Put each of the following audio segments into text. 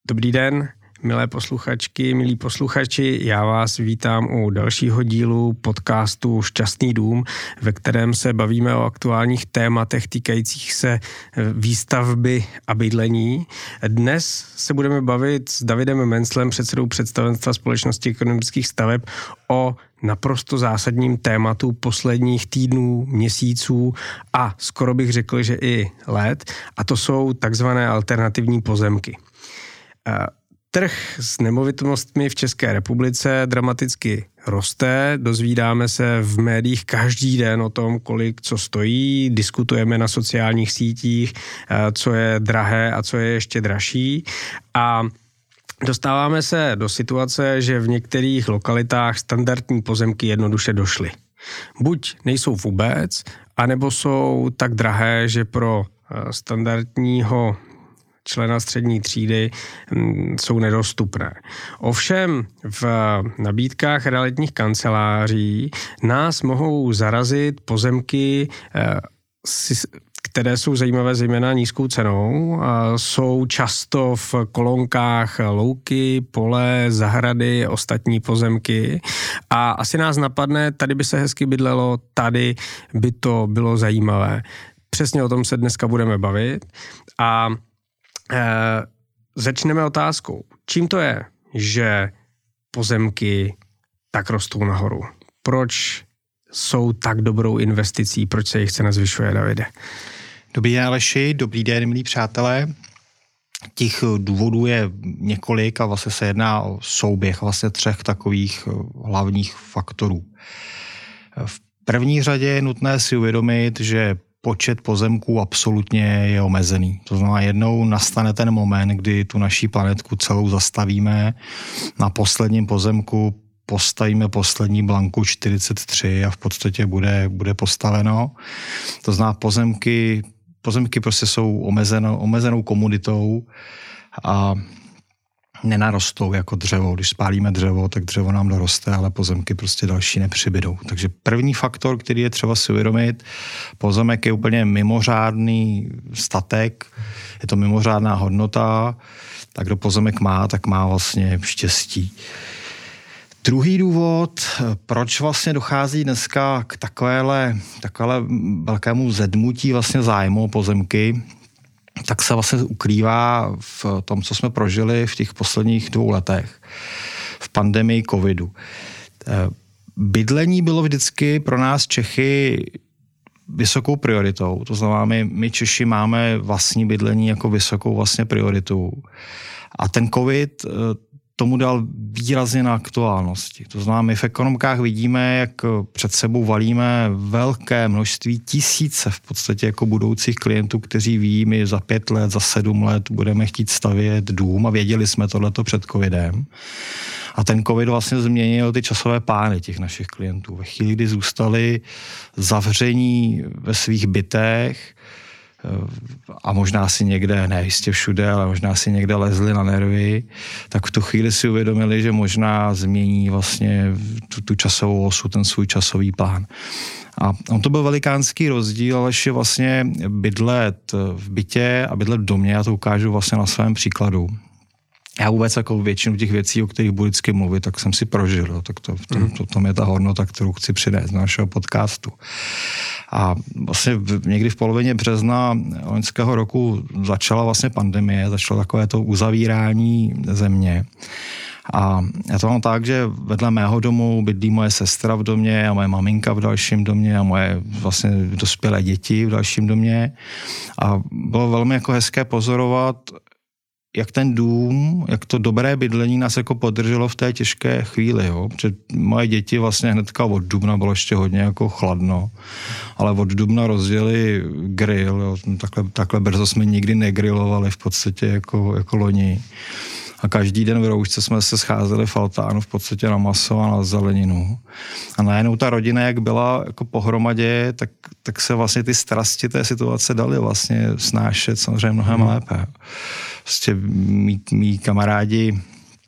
Dobrý den, milé posluchačky, milí posluchači, já vás vítám u dalšího dílu podcastu Šťastný dům, ve kterém se bavíme o aktuálních tématech týkajících se výstavby a bydlení. Dnes se budeme bavit s Davidem Menclem, předsedou představenstva Společnosti ekonomických staveb, o naprosto zásadním tématu posledních týdnů, měsíců a skoro bych řekl, že i let, a to jsou takzvané alternativní pozemky. Trh s nemovitostmi v České republice dramaticky roste, dozvídáme se v médiích každý den o tom, kolik co stojí, diskutujeme na sociálních sítích, co je drahé a co je ještě dražší a dostáváme se do situace, že v některých lokalitách standardní pozemky jednoduše došly. Buď nejsou vůbec, anebo jsou tak drahé, že pro standardního člena střední třídy jsou nedostupné. Ovšem v nabídkách realitních kanceláří nás mohou zarazit pozemky, které jsou zajímavé zejména nízkou cenou. Jsou často v kolonkách louky, pole, zahrady, ostatní pozemky. A asi nás napadne, tady by se hezky bydlelo, tady by to bylo zajímavé. Přesně o tom se dneska budeme bavit. A začneme otázkou. Čím to je, že pozemky tak rostou nahoru? Proč jsou tak dobrou investicí? Proč se jich cena zvyšuje, Davide? Dobrý den, Aleši, dobrý den, milí přátelé. Těch důvodů je několik a vlastně se jedná o souběh vlastně 3 takových hlavních faktorů. V první řadě je nutné si uvědomit, že počet pozemků absolutně je omezený. To znamená, jednou nastane ten moment, kdy tu naší planetku celou zastavíme, na posledním pozemku postavíme poslední blanku 43 a v podstatě bude postaveno. To znamená, pozemky prostě jsou omezenou komoditou a nenarostou jako dřevo. Když spálíme dřevo, tak dřevo nám doroste, ale pozemky prostě další nepřibydou. Takže první faktor, který je třeba si uvědomit, pozemek je úplně mimořádný statek, je to mimořádná hodnota, tak kdo pozemek má, tak má vlastně štěstí. Druhý důvod, proč vlastně dochází dneska k takovéhle velkému zedmutí vlastně zájmu o pozemky, tak se vlastně ukrývá v tom, co jsme prožili v těch posledních 2 letech, v pandemii covidu. Bydlení bylo vždycky pro nás Čechy vysokou prioritou. To znamená, my Češi máme vlastní bydlení jako vysokou vlastně prioritu. A ten covid tomu dal výrazně na aktuálnosti. To znamená, my v ekonomkách vidíme, jak před sebou valíme velké množství, tisíce v podstatě jako budoucích klientů, kteří ví, my za 5 let, za 7 let budeme chtít stavět dům a věděli jsme tohleto před covidem. A ten covid vlastně změnil ty časové plány těch našich klientů. Ve chvíli, kdy zůstali zavření ve svých bytech, a možná si někde, ne jistě všude, ale možná si někde lezli na nervy, tak v tu chvíli si uvědomili, že možná změní vlastně tu časovou osu, ten svůj časový plán. A on to byl velikánský rozdíl, ale že vlastně bydlet v bytě a bydlet v domě, já to ukážu vlastně na svém příkladu. Já vůbec jako většinu těch věcí, o kterých budu vždycky mluvit, tak jsem si prožil. Jo. Tak to je ta hodnota, kterou chci přinést z našeho podcastu. A vlastně někdy v polovině března loňského roku začala vlastně pandemie, začalo takové to uzavírání země. A já to mám tak, že vedle mého domu bydlí moje sestra v domě a moje maminka v dalším domě a moje vlastně dospělé děti v dalším domě. A bylo velmi jako hezké pozorovat, jak ten dům, jak to dobré bydlení nás jako podrželo v té těžké chvíli, jo. Protože moje děti vlastně hnedka od dubna bylo ještě hodně jako chladno, ale od dubna rozjeli grill, jo. Takhle brzo jsme nikdy negrillovali v podstatě jako loni. A každý den v roušce jsme se scházeli v altánu v podstatě na maso a na zeleninu. A najednou ta rodina, jak byla jako pohromadě, tak se vlastně ty strasti té situace daly vlastně snášet samozřejmě mnohem lépe. Prostě mý kamarádi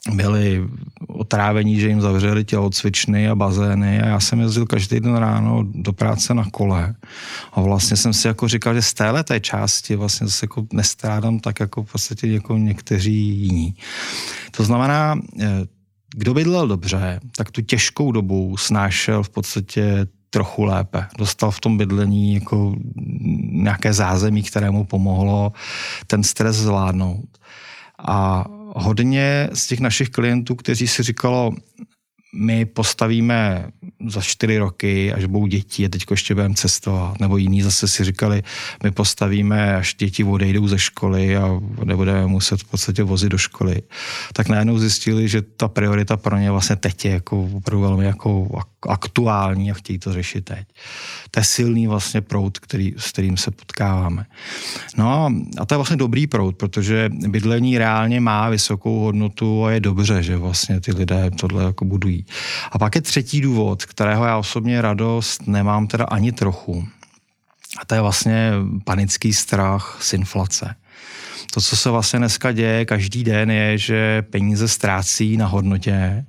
byli otrávení, že jim zavřeli tělocvičny a bazény a já jsem jezdil každý den ráno do práce na kole a vlastně jsem si jako říkal, že z téhleté části vlastně se jako nestrádám tak jako v podstatě jako někteří jiní. To znamená, kdo bydlel dobře, tak tu těžkou dobu snášel v podstatě trochu lépe. Dostal v tom bydlení jako nějaké zázemí, které mu pomohlo ten stres zvládnout. A hodně z těch našich klientů, kteří si říkalo, my postavíme za 4 roky, až budou děti a teďko ještě budeme cestovat. Nebo jiní zase si říkali, my postavíme, až děti odejdou ze školy a nebudeme muset v podstatě vozit do školy. Tak najednou zjistili, že ta priorita pro ně vlastně teď je jako opravdu velmi jako aktuální a chtějí to řešit teď. To je silný vlastně proud, s kterým se potkáváme. No a to je vlastně dobrý proud, protože bydlení reálně má vysokou hodnotu a je dobře, že vlastně ty lidé tohle jako budují. A pak je třetí důvod, kterého já osobně radost nemám teda ani trochu. A to je vlastně panický strach z inflace. To, co se vlastně dneska děje každý den, je, že peníze ztrácí na hodnotě.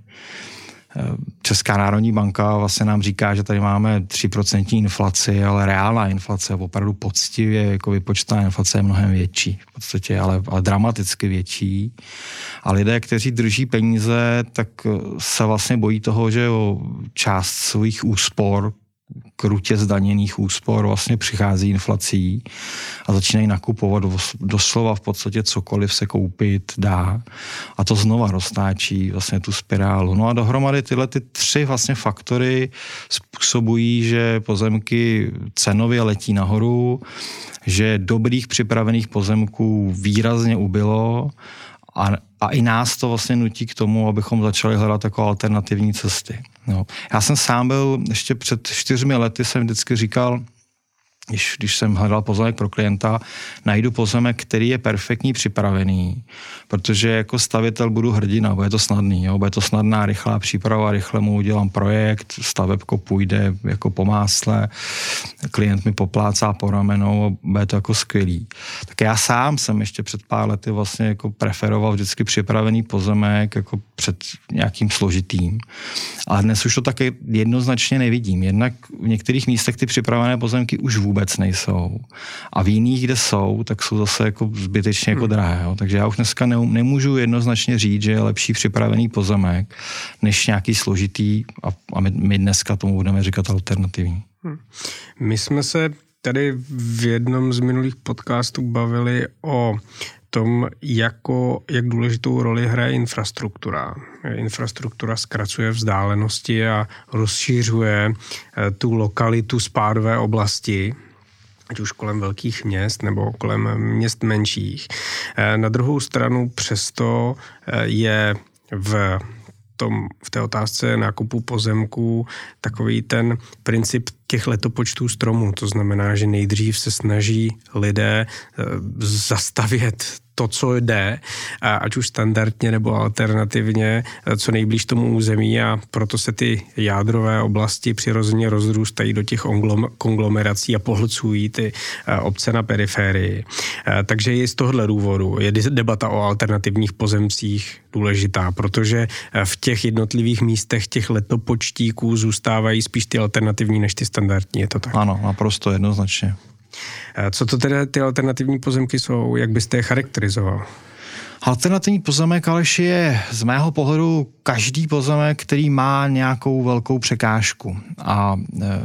Česká národní banka vlastně nám říká, že tady máme 3% inflaci, ale reálná inflace, opravdu poctivě jako vypočtená inflace je mnohem větší, v podstatě, ale dramaticky větší. A lidé, kteří drží peníze, tak se vlastně bojí toho, že o část svých úspor, krutě zdaněných úspor vlastně přichází inflací a začínají nakupovat doslova v podstatě cokoliv se koupit dá a to znova roztáčí vlastně tu spirálu. No a dohromady tyhle ty 3 vlastně faktory způsobují, že pozemky cenově letí nahoru, že dobrých připravených pozemků výrazně ubylo a i nás to vlastně nutí k tomu, abychom začali hledat jako alternativní cesty. No. Já jsem sám byl, ještě před 4 lety jsem vždycky říkal, když jsem hledal pozemek pro klienta, najdu pozemek, který je perfektní, připravený, protože jako stavitel budu hrdina, bude to snadný, jo? Bude to snadná, rychlá příprava, rychle mu udělám projekt, stavebko půjde jako po másle, klient mi poplácá po ramenou a bude to jako skvělý. Tak já sám jsem ještě před pár lety vlastně jako preferoval vždycky připravený pozemek jako před nějakým složitým. Ale dnes už to také jednoznačně nevidím. Jednak v některých místech ty připravené pozemky už vůbec nejsou. A v jiných, kde jsou, tak jsou zase jako zbytečně jako drahé. Jo. Takže já už dneska nemůžu jednoznačně říct, že je lepší připravený pozemek, než nějaký složitý a my dneska tomu budeme říkat alternativní. My jsme se tady v jednom z minulých podcastů bavili o tom, jak důležitou roli hraje infrastruktura. Infrastruktura zkracuje vzdálenosti a rozšířuje tu lokalitu spádové oblasti, ať už kolem velkých měst nebo kolem měst menších. Na druhou stranu přesto je v té otázce nákupu pozemků takový ten princip těch letopočtů stromů. To znamená, že nejdřív se snaží lidé zastavět to, co jde, ať už standardně nebo alternativně, co nejblíž tomu území a proto se ty jádrové oblasti přirozeně rozrůstají do těch konglomerací a pohlcují ty obce na periférii. Takže i z tohohle důvodu je debata o alternativních pozemcích důležitá, protože v těch jednotlivých místech těch letopočtíků zůstávají spíš ty alternativní než ty standardní, je to tak? Ano, naprosto jednoznačně. Co to tedy ty alternativní pozemky jsou? Jak byste je charakterizoval? Alternativní pozemek, Aleši, je z mého pohledu každý pozemek, který má nějakou velkou překážku. A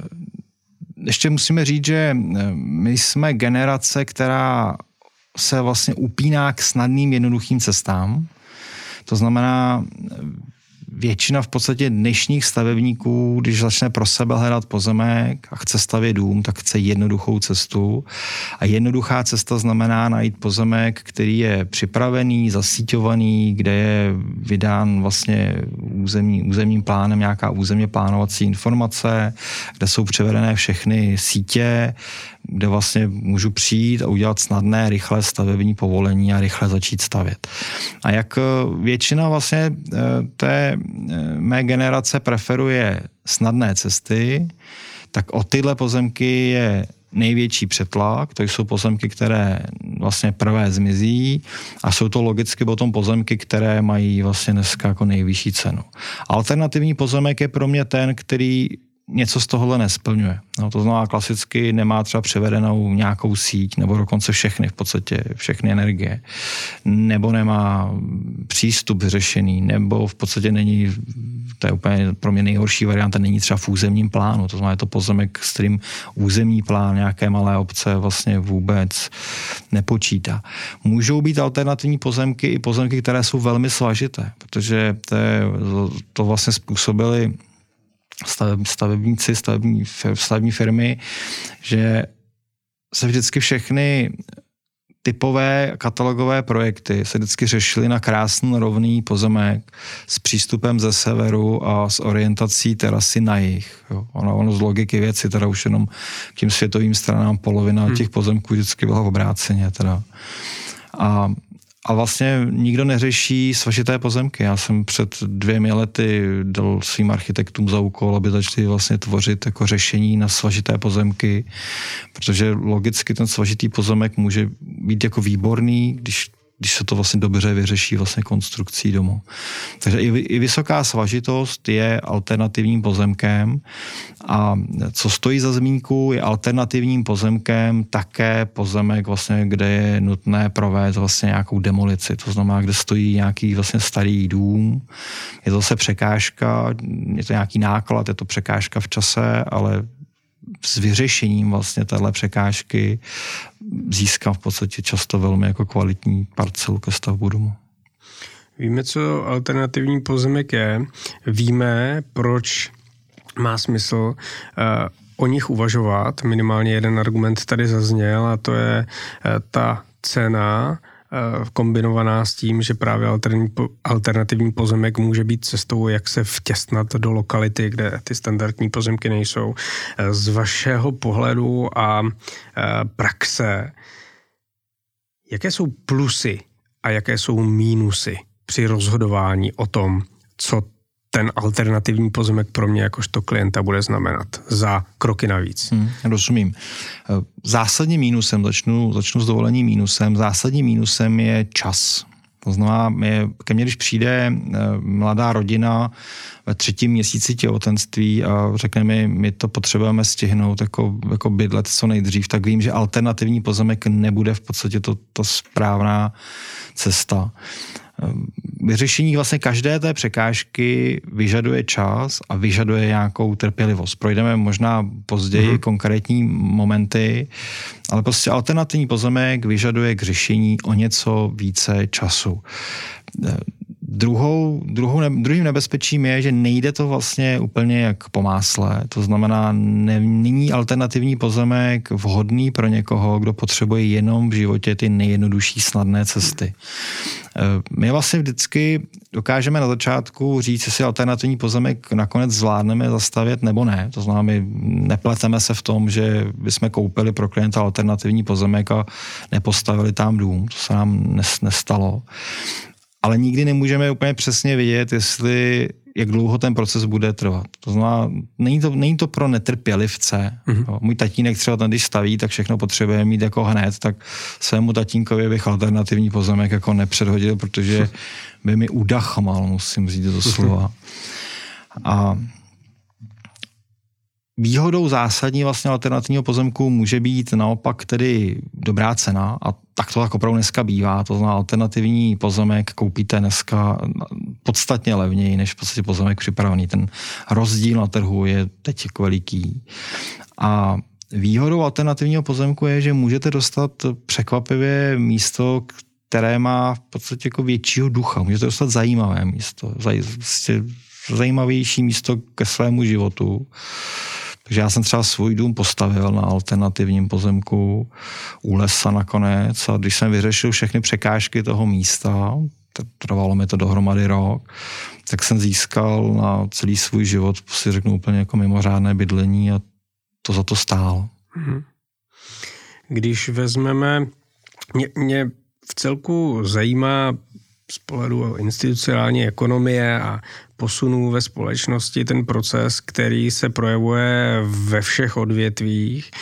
ještě musíme říct, že my jsme generace, která se vlastně upíná k snadným, jednoduchým cestám. To znamená, většina v podstatě dnešních stavebníků, když začne pro sebe hledat pozemek a chce stavět dům, tak chce jednoduchou cestu. A jednoduchá cesta znamená najít pozemek, který je připravený, zasíťovaný, kde je vydán vlastně územním plánem nějaká územně plánovací informace, kde jsou převedené všechny sítě, kde vlastně můžu přijít a udělat snadné, rychlé stavební povolení a rychle začít stavět. A jak většina vlastně té mé generace preferuje snadné cesty, tak o tyhle pozemky je největší přetlak, to jsou pozemky, které vlastně prvé zmizí a jsou to logicky potom pozemky, které mají vlastně dneska jako nejvyšší cenu. Alternativní pozemek je pro mě ten, který něco z tohohle nesplňuje. No, to znamená klasicky nemá třeba převedenou nějakou síť, nebo dokonce všechny energie, nebo nemá přístup řešený, nebo v podstatě není, to je úplně pro mě nejhorší varianta, není třeba v územním plánu. To znamená, je to pozemek, s kterým územní plán nějaké malé obce vlastně vůbec nepočítá. Můžou být alternativní pozemky i pozemky, které jsou velmi svažité, protože to vlastně způsobili stavebníci, stavební firmy, že se vždycky všechny typové katalogové projekty se vždycky řešily na krásný rovný pozemek s přístupem ze severu a s orientací terasy na jih. Jo. Ono z logiky věci, teda už jenom k těm světovým stranám polovina těch pozemků vždycky byla obráceně. Teda. A vlastně nikdo neřeší svažité pozemky. Já jsem před 2 lety dal svým architektům za úkol, aby začali vlastně tvořit jako řešení na svažité pozemky, protože logicky ten svažitý pozemek může být jako výborný, když se to vlastně dobře vyřeší vlastně konstrukcí domu. Takže i vysoká svažitost je alternativním pozemkem a co stojí za zmínku, je alternativním pozemkem také pozemek, vlastně, kde je nutné provést vlastně nějakou demolici. To znamená, kde stojí nějaký vlastně starý dům. Je to zase překážka, je to nějaký náklad, je to překážka v čase, ale s vyřešením vlastně téhle překážky získám v podstatě často velmi jako kvalitní parcelu ke stavbu domu. Víme, co alternativní pozemek je. Víme, proč má smysl o nich uvažovat. Minimálně jeden argument tady zazněl a to je ta cena kombinovaná s tím, že právě alternativní pozemek může být cestou, jak se vtěsnat do lokality, kde ty standardní pozemky nejsou. Z vašeho pohledu a praxe, jaké jsou plusy a jaké jsou mínusy při rozhodování o tom, co ten alternativní pozemek pro mě jakožto klienta bude znamenat za kroky navíc? Rozumím. Zásadním mínusem, začnu s dovolením mínusem, zásadním mínusem je čas. To znamená, ke mně, když přijde mladá rodina ve 3. měsíci těhotenství a řekne mi, my to potřebujeme stihnout jako bydlet co nejdřív, tak vím, že alternativní pozemek nebude v podstatě ta správná cesta. Vyřešení vlastně každé té překážky vyžaduje čas a vyžaduje nějakou trpělivost. Projdeme možná později konkrétní momenty, ale prostě alternativní pozemek vyžaduje k řešení o něco více času. Druhým nebezpečím je, že nejde to vlastně úplně jak po másle. To znamená, není alternativní pozemek vhodný pro někoho, kdo potřebuje jenom v životě ty nejjednodušší snadné cesty. My vlastně vždycky dokážeme na začátku říct, jestli alternativní pozemek nakonec zvládneme zastavět nebo ne. To znamená, my nepleteme se v tom, že bychom koupili pro klienta alternativní pozemek a nepostavili tam dům. To se nám nestalo. Ale nikdy nemůžeme úplně přesně vědět, jak dlouho ten proces bude trvat. To znamená, není to pro netrpělivce. Můj tatínek třeba ten, když staví, tak všechno potřebuje mít jako hned, tak svému tatínkovi bych alternativní pozemek jako nepředhodil, protože by mi udachmal, musím říct doslova. A výhodou zásadní vlastně alternativního pozemku může být naopak tedy dobrá cena a tak to tak opravdu dneska bývá. To znamená, alternativní pozemek koupíte dneska podstatně levněji než v podstatě pozemek připravený. Ten rozdíl na trhu je teď jako veliký. A výhodou alternativního pozemku je, že můžete dostat překvapivě místo, které má v podstatě jako většího ducha. Můžete dostat zajímavé místo, zajímavější místo ke svému životu. Takže já jsem třeba svůj dům postavil na alternativním pozemku u lesa nakonec a když jsem vyřešil všechny překážky toho místa, trvalo mi to dohromady rok, tak jsem získal na celý svůj život, si řeknu úplně jako mimořádné bydlení a to za to stálo. Když vezmeme, mě v celku zajímá z pohledu institucionální ekonomie a posunů ve společnosti ten proces, který se projevuje ve všech odvětvích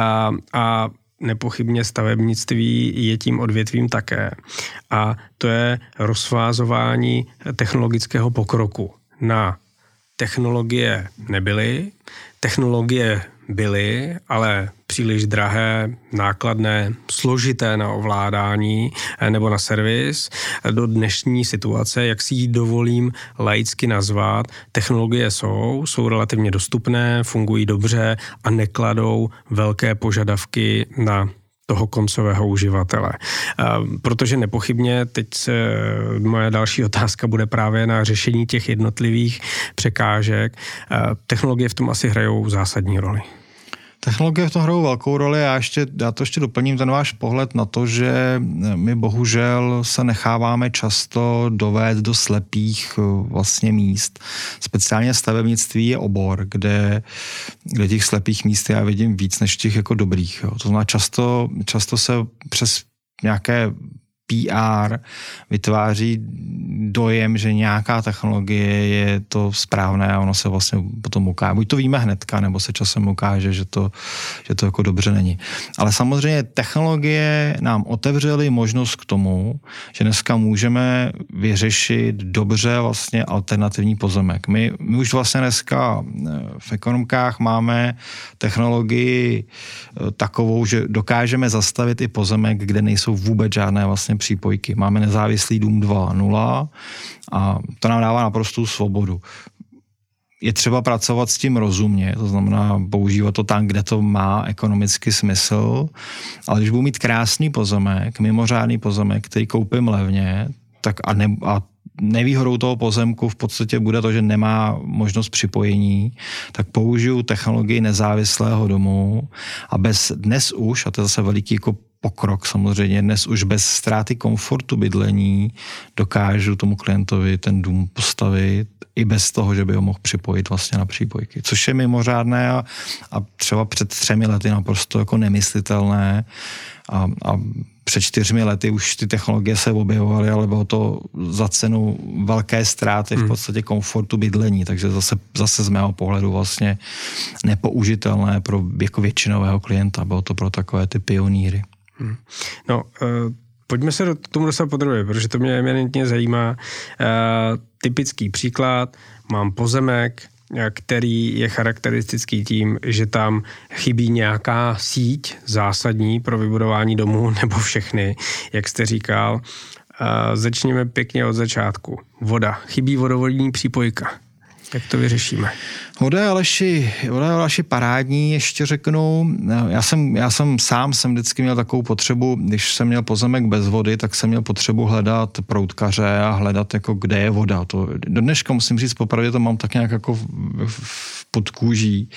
a nepochybně stavebnictví je tím odvětvím také. A to je rozvázování technologického pokroku. Na technologie nebyly, technologie byly, ale příliš drahé, nákladné, složité na ovládání nebo na servis. Do dnešní situace, jak si ji dovolím laicky nazvat, technologie jsou relativně dostupné, fungují dobře a nekladou velké požadavky na toho koncového uživatele. Protože nepochybně teď moje další otázka bude právě na řešení těch jednotlivých překážek. Technologie v tom asi hrajou zásadní roli. Technologie v tom hrajou velkou roli a já to ještě doplním ten váš pohled na to, že my bohužel se necháváme často dovést do slepých vlastně míst. Speciálně stavebnictví je obor, kde těch slepých míst já vidím víc než těch jako dobrých. Jo. To znamená často se přes nějaké PR vytváří dojem, že nějaká technologie je to správné a ono se vlastně potom ukáže. Buď to víme hnedka, nebo se časem ukáže, že to jako dobře není. Ale samozřejmě technologie nám otevřely možnost k tomu, že dneska můžeme vyřešit dobře vlastně alternativní pozemek. My už vlastně dneska v ekonomkách máme technologii takovou, že dokážeme zastavit i pozemek, kde nejsou vůbec žádné vlastně přípojky. Máme nezávislý dům 2.0 a to nám dává naprostou svobodu. Je třeba pracovat s tím rozumně, to znamená používat to tam, kde to má ekonomický smysl, ale když budu mít krásný pozemek, mimořádný pozemek, který koupím levně, tak a nevýhodou toho pozemku v podstatě bude to, že nemá možnost připojení, tak použiju technologii nezávislého domu a dnes už, a to je zase veliký jako pokrok samozřejmě, dnes už bez ztráty komfortu bydlení dokážu tomu klientovi ten dům postavit i bez toho, že by ho mohl připojit vlastně na přípojky. Což je mimořádné a třeba před 3 lety naprosto jako nemyslitelné a před 4 lety už ty technologie se objevovaly, ale bylo to za cenu velké ztráty v podstatě komfortu bydlení, takže zase z mého pohledu vlastně nepoužitelné pro jako většinového klienta. Bylo to pro takové ty pionýry. No, pojďme se k tomu dostat podrobně, protože to mě eminentně zajímá. Typický příklad, mám pozemek, který je charakteristický tím, že tam chybí nějaká síť zásadní pro vybudování domu nebo všechny, jak jste říkal. Začněme pěkně od začátku. Voda. Chybí vodovodní přípojka. Jak to vyřešíme? Voda je Aleši parádní, ještě řeknu. Já jsem vždycky měl takovou potřebu, když jsem měl pozemek bez vody, tak jsem měl potřebu hledat proutkaře a hledat, jako kde je voda. To, do dneška musím říct, popravdě to mám tak nějak jako pod kůží.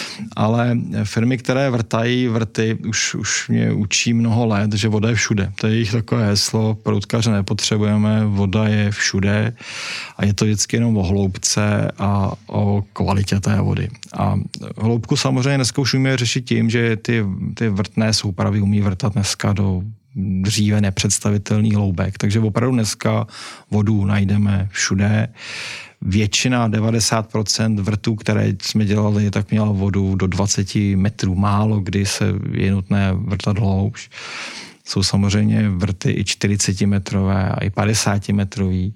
Ale firmy, které vrtají vrty, už mě učí mnoho let, že voda je všude. To je jejich takové heslo, proutkaře nepotřebujeme, voda je všude a je to vždycky jenom o hloubce a o kvalitě té vody. A hloubku samozřejmě dneska už umíme řešit tím, že ty vrtné soupravy umí vrtat dneska do dříve nepředstavitelných hloubek. Takže opravdu dneska vodu najdeme všude. Většina, 90% vrtů, které jsme dělali, tak měla vodu do 20 metrů. Málo kdy je nutné vrtat hloubš. Jsou samozřejmě vrty i 40 metrové a i 50 metrový.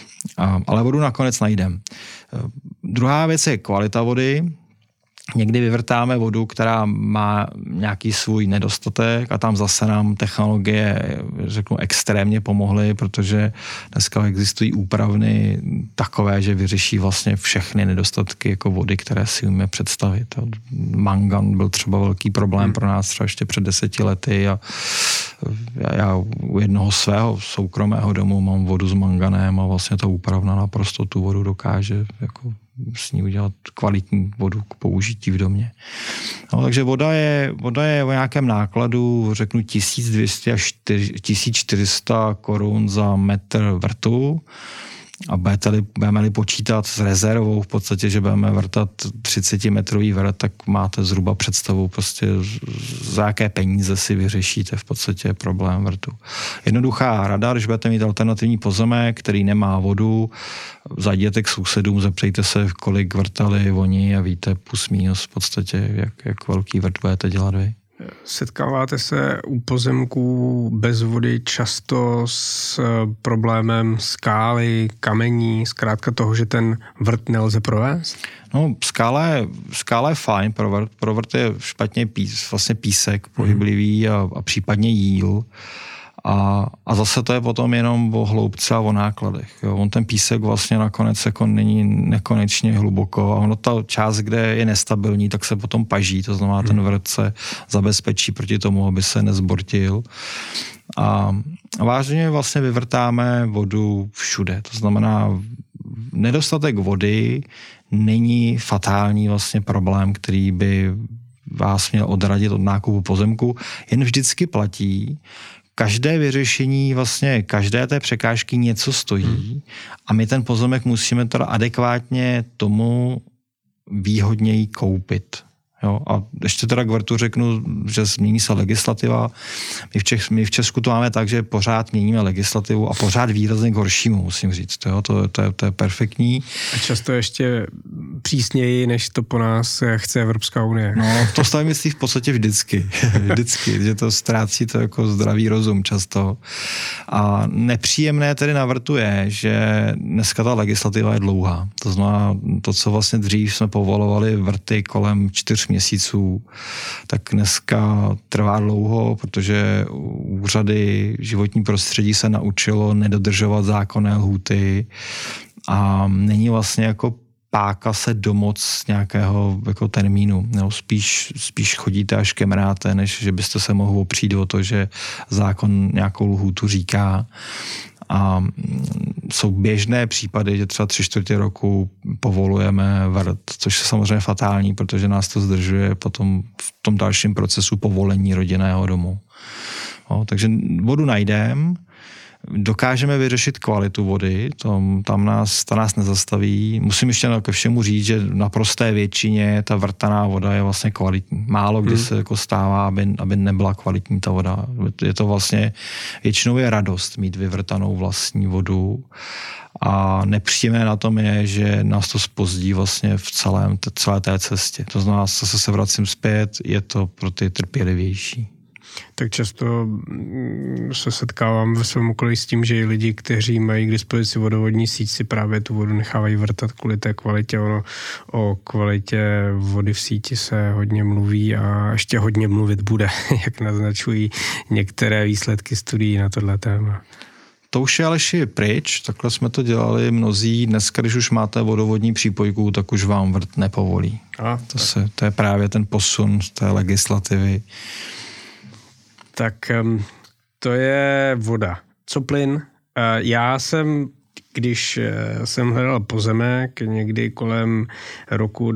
Ale vodu nakonec najdeme. Druhá věc je kvalita vody. Někdy vyvrtáme vodu, která má nějaký svůj nedostatek a tam zase nám technologie, řeknu, extrémně pomohly, protože dneska existují úpravny takové, že vyřeší vlastně všechny nedostatky jako vody, které si umíme představit. Mangan byl třeba velký problém pro nás třeba ještě před 10 lety a já u jednoho svého soukromého domu mám vodu s manganem a vlastně ta úpravna naprosto tu vodu dokáže jako s ní udělat kvalitní vodu k použití v domě. No, takže voda je o nějakém nákladu, řeknu 1200 až 1400 korun za metr vrtu. A budeme-li počítat s rezervou v podstatě, že budeme vrtat 30-metrový vrt, tak máte zhruba představu prostě za jaké peníze si vyřešíte v podstatě problém vrtu. Jednoduchá rada, když budete mít alternativní pozemek, který nemá vodu, zajděte k sousedům, zeptejte se, kolik vrtali oni a víte plus minus v podstatě, jak velký vrt budete dělat vy. Setkáváte se u pozemků bez vody často s problémem skály, kamení, zkrátka toho, že ten vrt nelze provést? No, skála je fajn, pro vrt je špatně vlastně písek pohyblivý a případně jíl. A zase to je potom jenom o hloubce a o nákladech. Jo. On ten písek vlastně nakonec jako není nekonečně hluboko a ono ta část, kde je nestabilní, tak se potom paží, to znamená ten vrt se zabezpečí proti tomu, aby se nezbortil. A vážně vlastně vyvrtáme vodu všude, to znamená nedostatek vody není fatální vlastně problém, který by vás měl odradit od nákupu pozemku, jen vždycky platí, každé vyřešení vlastně, každé té překážky něco stojí a my ten pozemek musíme teda adekvátně tomu výhodněji koupit. Jo? A ještě teda k vrtu řeknu, že změní se legislativa. My v Česku to máme tak, že pořád měníme legislativu a pořád výrazně k horšímu, musím říct. Jo? To je perfektní. A často ještě přísněji, než to po nás chce Evropská unie. No, to stavebnictví v podstatě vždycky, že to ztrácí to jako zdravý rozum často. A nepříjemné tedy na vrtu je, že dneska ta legislativa je dlouhá. To znamená, to, co vlastně dřív jsme povolovali vrty kolem 4 měsíců, tak dneska trvá dlouho, protože úřady životní prostředí se naučilo nedodržovat zákonné lhůty a není vlastně jako páka se domoc nějakého jako termínu. No, spíš chodíte až kemráte, než že byste se mohli opřít o to, že zákon nějakou lhůtu říká. A jsou běžné případy, že třeba 3/4 roku povolujeme vrt, což je samozřejmě fatální, protože nás to zdržuje potom v tom dalším procesu povolení rodinného domu. No, takže vodu najdeme, dokážeme vyřešit kvalitu vody, ta nás nezastaví. Musím ještě ke všemu říct, že na prosté většině ta vrtaná voda je vlastně kvalitní. Málo kdy se jako stává, aby nebyla kvalitní ta voda. Je to vlastně většinou je radost mít vyvrtanou vlastní vodu a nepříjemné na tom je, že nás to zpozdí vlastně v celé té cestě. To znamená, zase se vracím zpět, je to pro ty trpělivější. Tak často se setkávám ve svém okolí s tím, že i lidi, kteří mají k dispozici vodovodní síť, si právě tu vodu nechávají vrtat kvůli té kvalitě. O kvalitě vody v síti se hodně mluví a ještě hodně mluvit bude, jak naznačují některé výsledky studií na tohle téma. To už je ale pryč, takhle jsme to dělali mnozí. Dneska, když už máte vodovodní přípojku, tak už vám vrt nepovolí. To je právě ten posun z té legislativy. Tak to je voda. Co plyn? Já jsem, když jsem hledal pozemek někdy kolem roku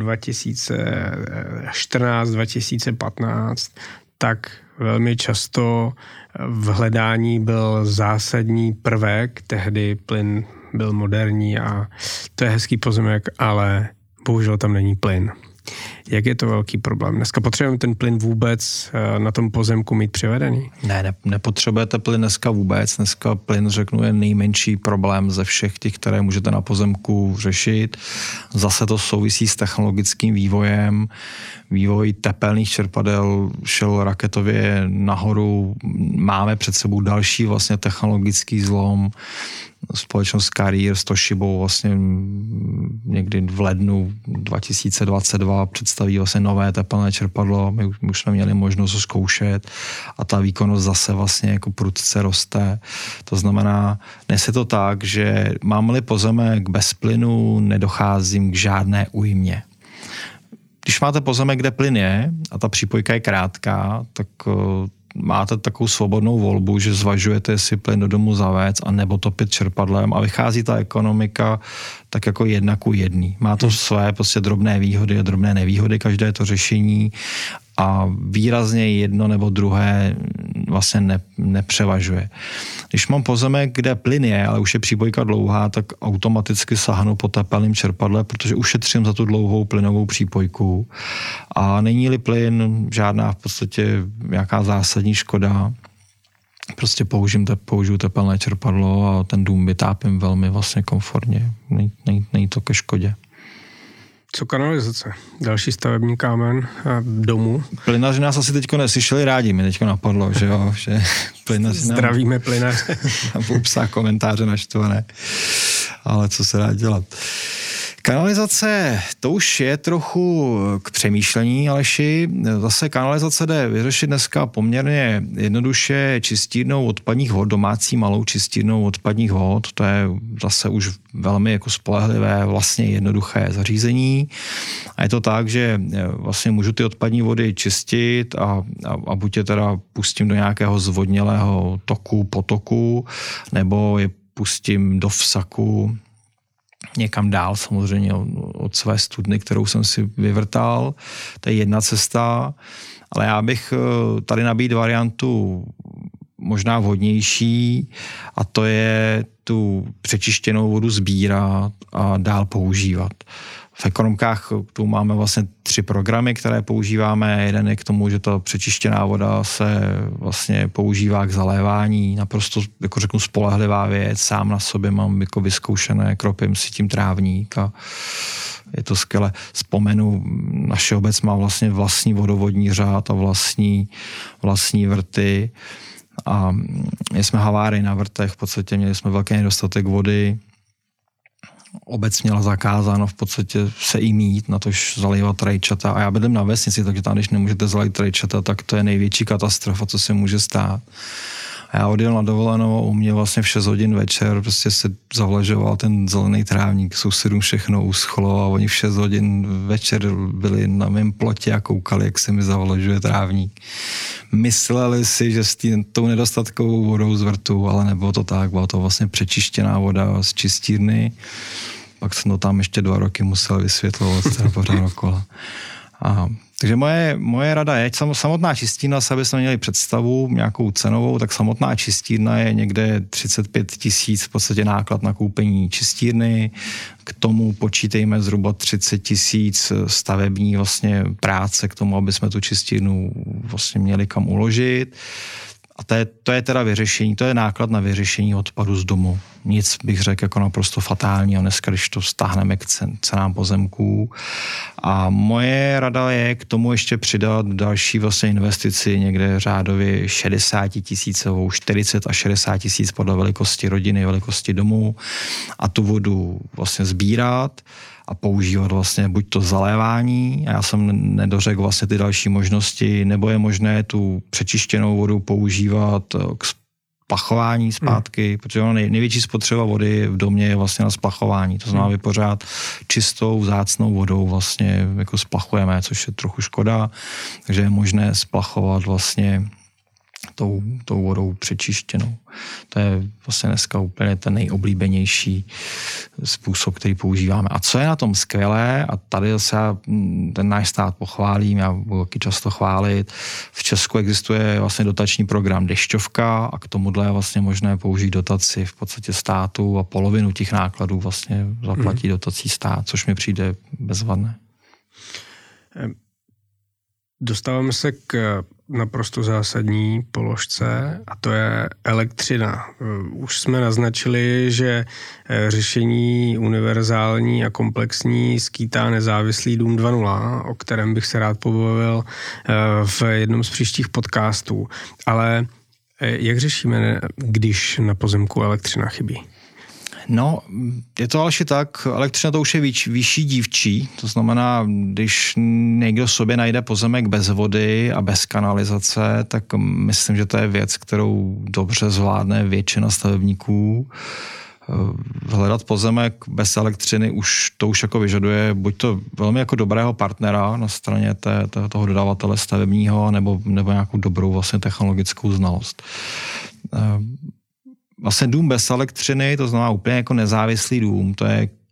2014-2015, tak velmi často v hledání byl zásadní prvek, tehdy plyn byl moderní a to je hezký pozemek, ale bohužel tam není plyn. Jak je to velký problém? Dneska potřebujeme ten plyn vůbec na tom pozemku mít přivedený? Ne, nepotřebujete plyn dneska vůbec. Dneska plyn, řeknu, je nejmenší problém ze všech těch, které můžete na pozemku řešit. Zase to souvisí s technologickým vývojem. Vývoj tepelných čerpadel šel raketově nahoru. Máme před sebou další vlastně technologický zlom. Společnost Carrier s Toshibou vlastně někdy v lednu 2022 představí vlastně nové tepelné čerpadlo. My už jsme měli možnost ho zkoušet a ta výkonnost zase vlastně jako prudce roste. To znamená, dnes je to tak, že mám-li pozemek bez plynu, nedocházím k žádné újmě. Když máte pozemek, kde plyn je a ta přípojka je krátká, tak máte takovou svobodnou volbu, že zvažujete, jestli plyn do domu zavést a nebo topit čerpadlem a vychází ta ekonomika tak jako 1:1. Má to své prostě drobné výhody a drobné nevýhody, každé to řešení a výrazně jedno nebo druhé vlastně nepřevažuje. Když mám pozemek, kde plyn je, ale už je přípojka dlouhá, tak automaticky sahnu po tepelném čerpadle, protože ušetřím za tu dlouhou plynovou přípojku. A není-li plyn žádná v podstatě nějaká zásadní škoda, prostě použiju tepelné čerpadlo a ten dům vytápím velmi vlastně komfortně. Není to ke škodě. Co kanalizace? Další stavební kámen domu? Plynaři nás asi teďko neslyšeli rádi, mi teďko napadlo, že jo, že plynaři zdravíme plynaře. Tam budou psát komentáře naštvané, ale co se dá dělat. Kanalizace, to už je trochu k přemýšlení, Aleši. Zase kanalizace jde vyřešit dneska poměrně jednoduše čistírnou odpadních vod, domácí malou čistírnou odpadních vod. To je zase už velmi jako spolehlivé, vlastně jednoduché zařízení. A je to tak, že vlastně můžu ty odpadní vody čistit a buď je teda pustím do nějakého zvodnělého toku, potoku, nebo je pustím do vsaku někam dál, samozřejmě od své studny, kterou jsem si vyvrtal. To je jedna cesta, ale já bych tady nabídl variantu možná vhodnější a to je tu přečištěnou vodu sbírat a dál používat. V ekonomkách tu máme vlastně 3 programy, které používáme. Jeden je k tomu, že ta přečištěná voda se vlastně používá k zalévání. Naprosto, jako řeknu, spolehlivá věc. Sám na sobě mám jako vyzkoušené, kropím si tím trávník a je to skvěle. Vzpomenu, naše obec má vlastně vlastní vodovodní řád a vlastní vrty. A jsme havárii na vrtech, v podstatě měli jsme velký nedostatek vody. Obec měla zakázáno v podstatě se jí mít, na tož zalévat rajčata. A já bydlím na vesnici, takže tam, když nemůžete zalít rajčata, tak to je největší katastrofa, co se může stát. A já odjel na dovolenou a u mě vlastně v 6 hodin večer prostě se zavlažoval ten zelený trávník. Sousedům všechno uschlo a oni v 6 hodin večer byli na mém plotě a koukali, jak se mi zavlažuje trávník. Mysleli si, že s tou nedostatkovou vodou z vrtu, ale nebylo to tak, byla to vlastně přečištěná voda z čistírny. Pak jsem to tam ještě 2 roky musel vysvětlovat, teda pořád dokola. Takže moje rada je, samotná čistírna, abychom měli představu nějakou cenovou, tak samotná čistírna je někde 35 000 v podstatě náklad na koupení čistírny. K tomu počítejme zhruba 30 000 stavební vlastně práce k tomu, aby jsme tu čistírnu vlastně měli kam uložit. A to je teda vyřešení, to je náklad na vyřešení odpadu z domu. Nic bych řekl jako naprosto fatálního dneska, když to vztáhneme k cenám pozemků. A moje rada je k tomu ještě přidat další vlastně investici někde řádově 60 000, 40 až 60 000 podle velikosti rodiny, velikosti domu a tu vodu vlastně sbírat a používat vlastně buď to zalévání, a já jsem nedořekl vlastně ty další možnosti, nebo je možné tu přečištěnou vodu používat k splachování zpátky, protože ono největší spotřeba vody v domě je vlastně na splachování. To znamená, pořád čistou, vzácnou vodou vlastně jako splachujeme, což je trochu škoda, takže je možné splachovat vlastně tou vodou přečištěnou. To je vlastně dneska úplně ten nejoblíbenější způsob, který používáme. A co je na tom skvělé, a tady se ten náš stát pochválím, já budu taky často chválit, v Česku existuje vlastně dotační program Dešťovka a k tomuhle je vlastně možné použít dotaci v podstatě státu a polovinu těch nákladů vlastně zaplatí dotací stát, což mi přijde bezvadné. Dostáváme se k naprosto zásadní položce a to je elektřina. Už jsme naznačili, že řešení univerzální a komplexní skýtá nezávislý dům 2.0, o kterém bych se rád pobavil v jednom z příštích podcastů. Ale jak řešíme, když na pozemku elektřina chybí? No, je to ale tak, elektřina to už je vyšší dívčí, to znamená, když někdo sobě najde pozemek bez vody a bez kanalizace, tak myslím, že to je věc, kterou dobře zvládne většina stavebníků. Hledat pozemek bez elektřiny to už jako vyžaduje buď to velmi jako dobrého partnera na straně toho dodavatele stavebního, nebo nějakou dobrou vlastně technologickou znalost. Vlastně dům bez elektřiny, to znamená úplně jako nezávislý dům, to je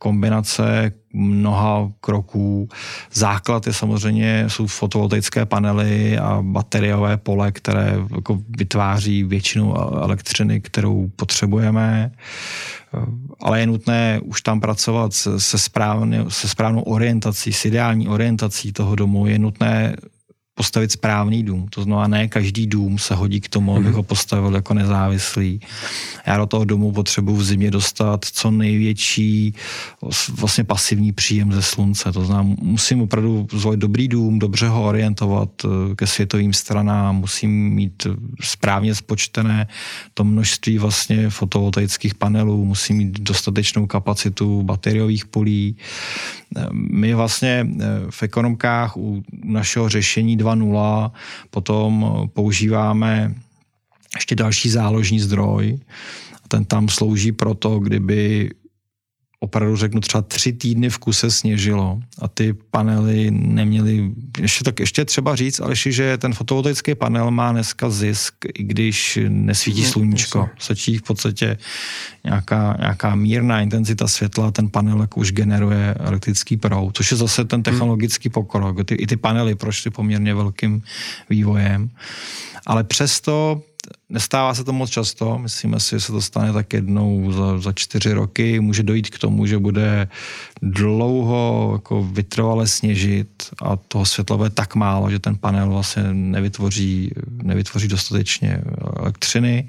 kombinace mnoha kroků. Základ je samozřejmě, jsou fotovoltaické panely a bateriové pole, které jako vytváří většinu elektřiny, kterou potřebujeme, ale je nutné už tam pracovat se správnou orientací, s ideální orientací toho domu. Je nutné postavit správný dům. To znamená, ne každý dům se hodí k tomu, abych ho postavil jako nezávislý. Já do toho domu potřebuji v zimě dostat co největší vlastně pasivní příjem ze slunce. To znamená, musím opravdu zvolit dobrý dům, dobře ho orientovat ke světovým stranám, musím mít správně spočtené to množství vlastně fotovoltaických panelů, musím mít dostatečnou kapacitu bateriových polí. My vlastně v ekonomkách u našeho řešení 2.0 potom používáme ještě další záložní zdroj. Ten tam slouží proto, kdyby opravdu řeknu třeba 3 týdny v kuse sněžilo a ty panely neměly, ještě třeba říct, ale že ten fotovoltaický panel má dneska zisk, i když nesvítí sluníčko. Stačí v podstatě nějaká mírná intenzita světla, ten panel jako už generuje elektrický proud, což je zase ten technologický pokrok. I ty panely prošly poměrně velkým vývojem, ale přesto nestává se to moc často, myslíme si, že se to stane tak jednou za 4 roky. Může dojít k tomu, že bude dlouho jako vytrvale sněžit a toho světla bude tak málo, že ten panel vlastně nevytvoří dostatečně elektřiny.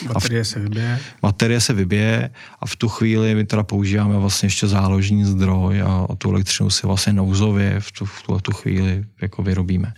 Baterie se vybije a v tu chvíli my teda používáme vlastně ještě záložní zdroj a tu elektřinu si vlastně nouzově v tu chvíli jako vyrobíme.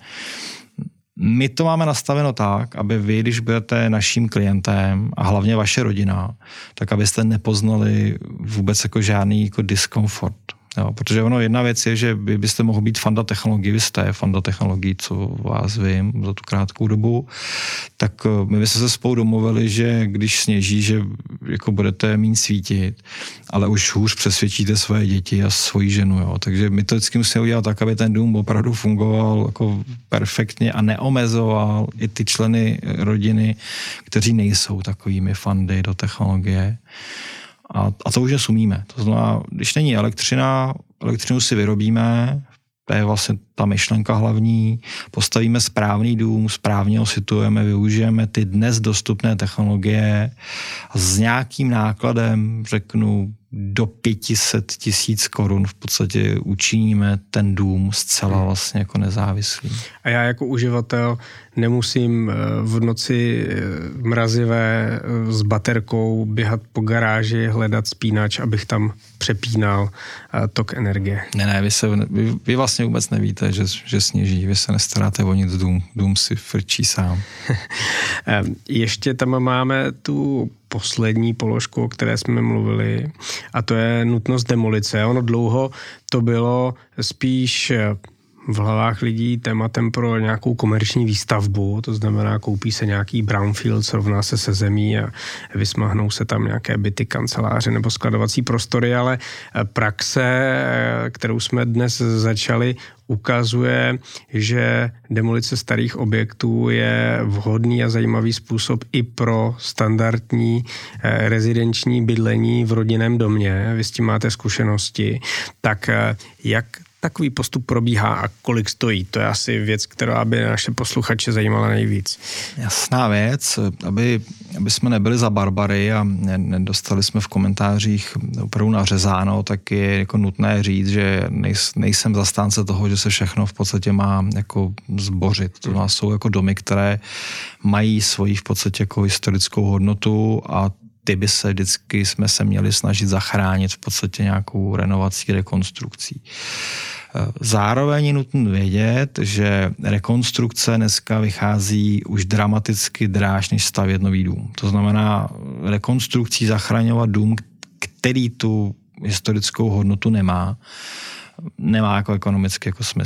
My to máme nastaveno tak, aby vy, když budete naším klientem a hlavně vaše rodina, tak abyste nepoznali vůbec jako žádný jako diskomfort. Jo, protože ono jedna věc je, že vy byste mohl být fanda technologií, vy jste fanda technologií, co vás vím za tu krátkou dobu, tak my byste se spolu domluvili, že když sněží, že jako budete méně svítit, ale už hůř přesvědčíte své děti a svoji ženu. Jo. Takže my to vždycky musíme udělat tak, aby ten dům opravdu fungoval jako perfektně a neomezoval i ty členy rodiny, kteří nejsou takovými fandy do technologie. A to už nesumíme. To znamená, když není elektřinu si vyrobíme, to je vlastně ta myšlenka hlavní, postavíme správný dům, správně ho situujeme, využijeme ty dnes dostupné technologie a s nějakým nákladem, řeknu, do 500 000 korun v podstatě učiníme ten dům zcela vlastně jako nezávislý. A já jako uživatel nemusím v noci mrazivé s baterkou běhat po garáži, hledat spínač, abych tam přepínal tok energie. Ne, vy vlastně vůbec nevíte, že sněží, vy se nestaráte o nic, dům si frčí sám. Ještě tam máme tu poslední položku, o které jsme mluvili, a to je nutnost demolice. Ono dlouho to bylo spíš v hlavách lidí tématem pro nějakou komerční výstavbu, to znamená, koupí se nějaký brownfield, srovná se se zemí a vysmahnou se tam nějaké byty, kanceláře nebo skladovací prostory, ale praxe, kterou jsme dnes začali, ukazuje, že demolice starých objektů je vhodný a zajímavý způsob i pro standardní rezidenční bydlení v rodinném domě. Vy s tím máte zkušenosti. Tak jak takový postup probíhá a kolik stojí? To je asi věc, která by naše posluchače zajímala nejvíc. Jasná věc, aby jsme nebyli za barbary a nedostali jsme v komentářích opravdu nařezáno, tak je jako nutné říct, že nejsem zastánce toho, že se všechno v podstatě má jako zbořit. To nás jsou jako domy, které mají svoji v podstatě jako historickou hodnotu a ty by se vždycky jsme se měli snažit zachránit v podstatě nějakou renovací, rekonstrukcí. Zároveň je nutno vědět, že rekonstrukce dneska vychází už dramaticky dráž, než stavět nový dům. To znamená rekonstrukcí zachraňovat dům, který tu historickou hodnotu nemá jako ekonomický jako smysl.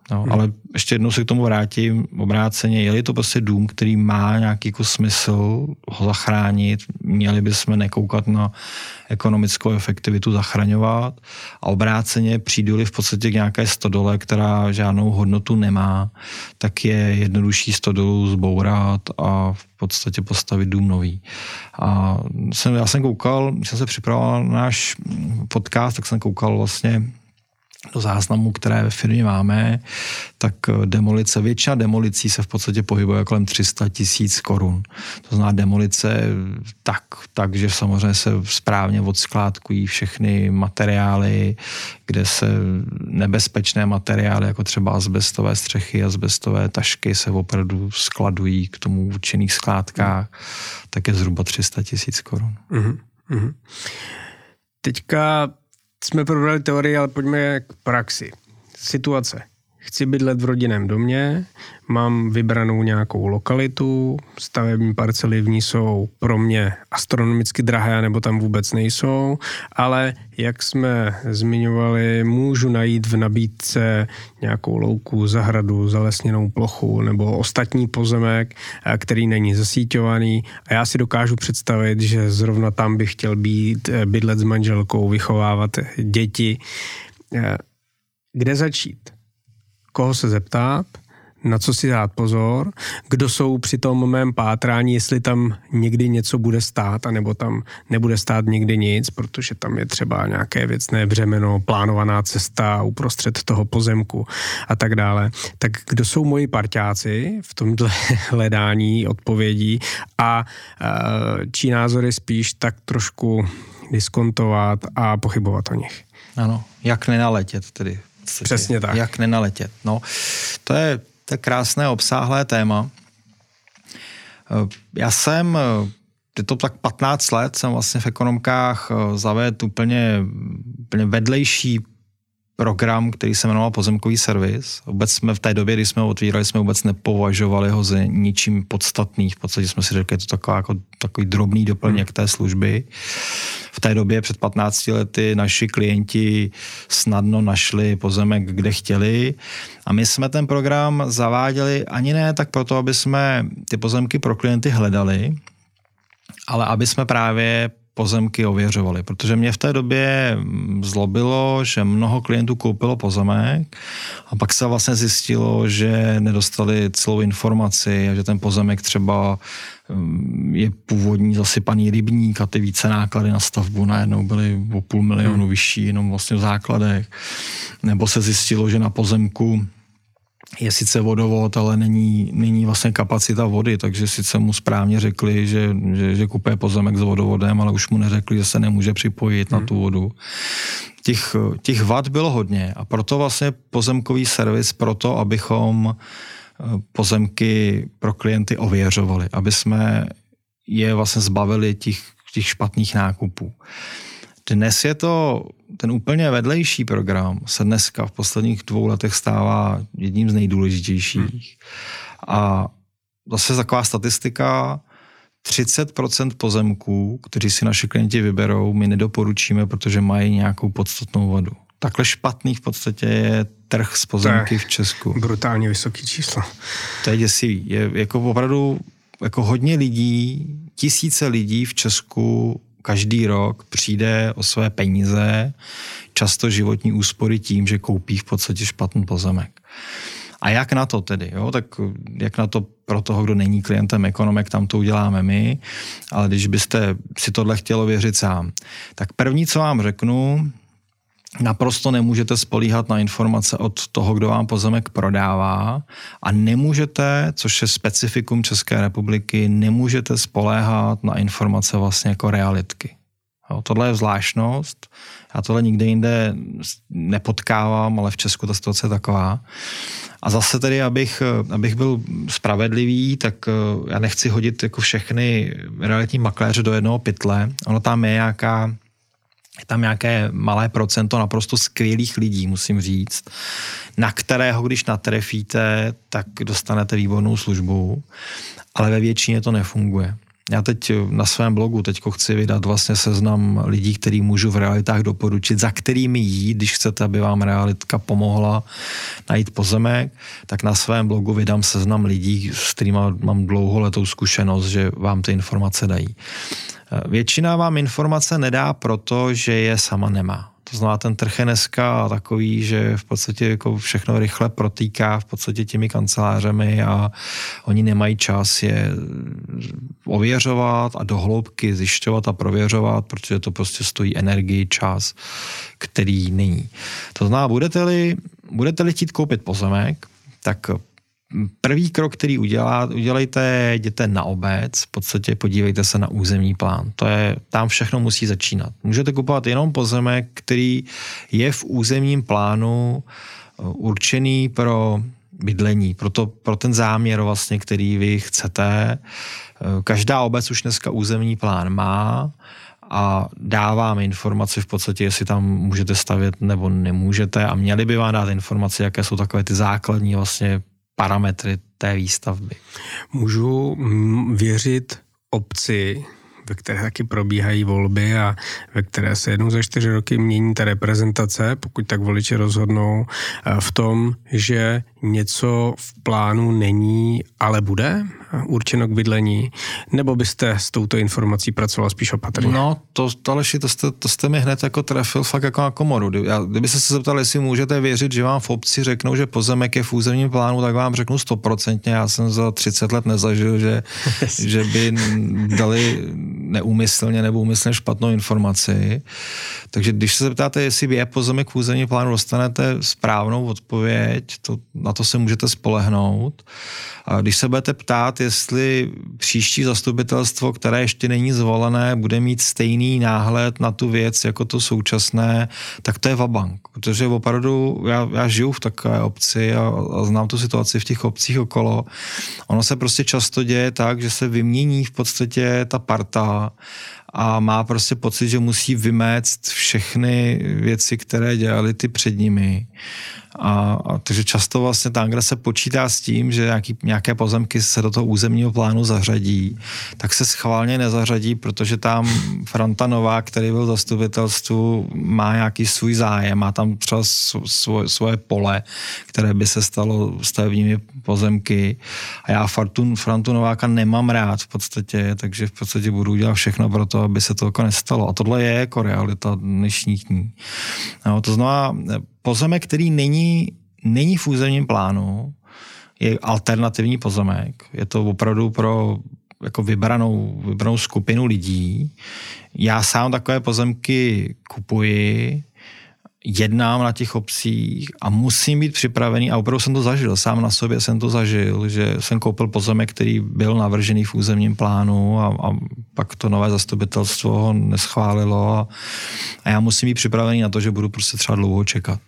No, ale ještě jednou se k tomu vrátím, obráceně, je-li to prostě dům, který má nějaký jako smysl ho zachránit, měli bychom nekoukat na ekonomickou efektivitu zachraňovat a obráceně přijdu-li v podstatě k nějaké stodole, která žádnou hodnotu nemá, tak je jednodušší stodolu zbourat a v podstatě postavit dům nový. A já jsem koukal, když jsem se připravoval na náš podcast, tak jsem koukal vlastně do záznamů, které ve firmě máme, tak demolice, většina demolicí se v podstatě pohybuje kolem 300 000 korun. To znamená demolice takže samozřejmě se správně odskládkují všechny materiály, kde se nebezpečné materiály, jako třeba azbestové střechy, azbestové tašky se opravdu skladují k tomu určených skládkách, tak je zhruba 300 000 korun. Mm-hmm. Teďka jsme probrali teorii, ale pojďme k praxi. Situace. Chci bydlet v rodinném domě, mám vybranou nějakou lokalitu, stavební parcely v ní jsou pro mě astronomicky drahé, nebo tam vůbec nejsou, ale jak jsme zmiňovali, můžu najít v nabídce nějakou louku, zahradu, zalesněnou plochu nebo ostatní pozemek, který není zasíťovaný a já si dokážu představit, že zrovna tam bych chtěl bydlet s manželkou, vychovávat děti. Kde začít? Koho se zeptat, na co si dát pozor, kdo jsou při tom mém pátrání, jestli tam někdy něco bude stát, anebo tam nebude stát nikdy nic, protože tam je třeba nějaké věcné břemeno, plánovaná cesta uprostřed toho pozemku a tak dále. Tak kdo jsou moji parťáci v tomhle hledání odpovědí a čí názory spíš tak trošku diskontovat a pochybovat o nich. Ano, jak nenaletět tedy. Přesně tak. Jak nenaletět. No, to je krásné obsáhlé téma. Já jsem, je to tak 15 let, jsem vlastně v ekonomkách zavedl úplně vedlejší program, který se jmenoval pozemkový servis. Vůbec jsme v té době, kdy jsme ho otvírali, jsme vůbec nepovažovali ho za ničím podstatný. V podstatě jsme si řekli, je to takový drobný doplněk té služby. V té době před 15 lety naši klienti snadno našli pozemek, kde chtěli. A my jsme ten program zaváděli ani ne tak proto, aby jsme ty pozemky pro klienty hledali, ale aby jsme právě pozemky ověřovali, protože mě v té době zlobilo, že mnoho klientů koupilo pozemek a pak se vlastně zjistilo, že nedostali celou informaci a že ten pozemek třeba je původní zasypaný rybník a ty více náklady na stavbu najednou byly o 500 000 vyšší jenom vlastně v základech. Nebo se zjistilo, že na pozemku je sice vodovod, ale není vlastně kapacita vody, takže sice mu správně řekli, že kupuje pozemek s vodovodem, ale už mu neřekli, že se nemůže připojit na tu vodu. Těch vad bylo hodně a proto vlastně pozemkový servis, proto abychom pozemky pro klienty ověřovali, aby jsme je vlastně zbavili těch špatných nákupů. Dnes je to ten úplně vedlejší program, se dneska v posledních 2 letech stává jedním z nejdůležitějších. A zase taková statistika, 30% pozemků, kteří si naši klienti vyberou, my nedoporučíme, protože mají nějakou podstatnou vadu. Takhle špatný v podstatě je trh s pozemky v Česku. Brutálně vysoký číslo. To je děsivý. Je jako opravdu jako hodně lidí, tisíce lidí v Česku každý rok přijde o své peníze, často životní úspory tím, že koupí v podstatě špatný pozemek. A jak na to tedy? Jo? Tak jak na to pro toho, kdo není klientem ekonomek, tam to uděláme my, ale když byste si tohle chtělo věřit sám. Tak první, co vám řeknu, naprosto nemůžete spolíhat na informace od toho, kdo vám pozemek prodává a nemůžete, což je specifikum České republiky, nemůžete spoléhat na informace vlastně jako realitky. Jo, tohle je zvláštnost, já tohle nikde jinde nepotkávám, ale v Česku ta situace je taková. A zase tedy, abych byl spravedlivý, tak já nechci hodit jako všechny realitní makléře do jednoho pytle. Ono tam je tam nějaké malé procento naprosto skvělých lidí, musím říct, na kterého, když natrefíte, tak dostanete výbornou službu, ale ve většině to nefunguje. Já teď na svém blogu chci vydat vlastně seznam lidí, který můžu v realitách doporučit, za kterými jít, když chcete, aby vám realitka pomohla najít pozemek, tak na svém blogu vydám seznam lidí, s kterými mám dlouholetou zkušenost, že vám ty informace dají. Většina vám informace nedá, protože je sama nemá. To znamená, ten trh je dneska takový, že v podstatě jako všechno rychle protýká v podstatě těmi kancelářemi a oni nemají čas je ověřovat a dohloubky zjišťovat a prověřovat, protože to prostě stojí energii, čas, který není. To znamená, budete-li chtít koupit pozemek, tak první krok, který udělejte, jděte na obec, v podstatě podívejte se na územní plán. Tam všechno musí začínat. Můžete kupovat jenom pozemek, který je v územním plánu určený pro bydlení, pro ten záměr vlastně, který vy chcete. Každá obec už dneska územní plán má a dává vám informaci v podstatě, jestli tam můžete stavět nebo nemůžete a měli by vám dát informaci, jaké jsou takové ty základní vlastně parametry té výstavby. Můžu věřit obci, ve které taky probíhají volby a ve které se jednou za 4 roky mění ta reprezentace, pokud tak voliči rozhodnou, v tom, že něco v plánu není, ale bude určeno k bydlení? Nebo byste s touto informací pracoval spíš opatrně? No, to jste mi hned jako trefil fakt jako na komoru. Kdybyste se zeptal, jestli můžete věřit, že vám v obci řeknou, že pozemek je v územním plánu, tak vám řeknu 100%. Já jsem za 30 let nezažil, že by dali neúmyslně nebo úmyslně špatnou informaci. Takže když se zeptáte, jestli je pozemek v územním plánu, dostanete správnou odpověď, na to se můžete spolehnout. A když se budete ptát, jestli příští zastupitelstvo, které ještě není zvolené, bude mít stejný náhled na tu věc jako to současné, tak to je vabank. Protože opravdu já žiju v takové obci a znám tu situaci v těch obcích okolo. Ono se prostě často děje tak, že se vymění v podstatě ta parta a má prostě pocit, že musí vymést všechny věci, které dělali ty před nimi. A takže často vlastně tam, kde se počítá s tím, že nějaké pozemky se do toho územního plánu zařadí, tak se schválně nezařadí, protože tam Franta Novák, který byl v zastupitelstvu, má nějaký svůj zájem, má tam třeba svoje pole, které by se stalo stavebními pozemky. A já Frantu Nováka nemám rád v podstatě, takže v podstatě budu dělat všechno pro to, aby se to jako nestalo. A tohle je jako realita dnešních dní. No, to znamená, pozemek, který není v územním plánu, je alternativní pozemek. Je to opravdu pro jako vybranou skupinu lidí. Já sám takové pozemky kupuji, jednám na těch obcích a musím být připravený, a opravdu jsem to zažil, sám na sobě jsem to zažil, že jsem koupil pozemek, který byl navržený v územním plánu a pak to nové zastupitelstvo ho neschválilo a já musím být připravený na to, že budu prostě třeba dlouho čekat.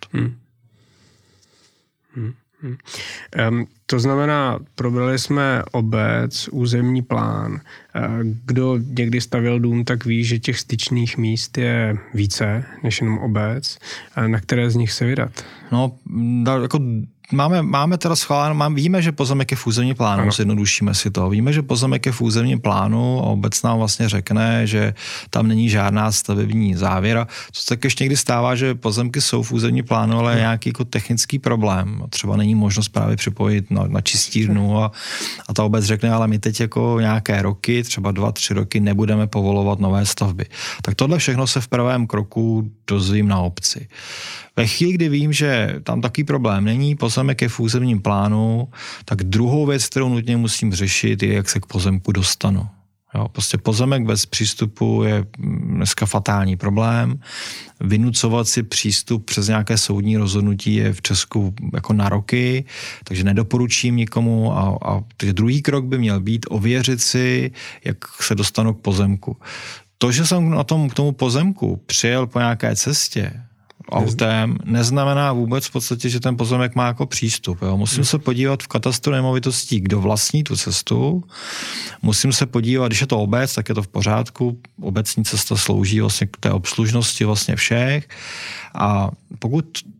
To znamená, probrali jsme obec, územní plán. Kdo někdy stavěl dům, tak ví, že těch styčných míst je více než jenom obec. Na které z nich se vydat? No, jako máme teda schválené, víme, že pozemek je v územním plánu, zjednodušíme si to. Víme, že pozemek je v územním plánu a obec nám vlastně řekne, že tam není žádná stavební závěra. Co se tak ještě někdy stává, že pozemky jsou v územním plánu, ale je nějaký jako technický problém. Třeba není možnost právě připojit na čistírnu a ta obec řekne, ale my teď jako nějaké roky, třeba 2-3 roky nebudeme povolovat nové stavby. Tak tohle všechno se v prvém kroku dozvím na obci. Ve chvíli, kdy vím, že tam takový problém není, pozemek je v územním plánu, tak druhou věc, kterou nutně musím řešit, je, jak se k pozemku dostanu. Jo, prostě pozemek bez přístupu je dneska fatální problém. Vynucovat si přístup přes nějaké soudní rozhodnutí je v Česku jako na roky, takže nedoporučím nikomu a druhý krok by měl být ověřit si, jak se dostanu k pozemku. To, že jsem k tomu pozemku přijel po nějaké cestě, autem, neznamená vůbec v podstatě, že ten pozemek má jako přístup. Jo. Musím se podívat v katastru nemovitostí, kdo vlastní tu cestu. Musím se podívat, když je to obec, tak je to v pořádku. Obecní cesta slouží vlastně k té obslužnosti vlastně všech. A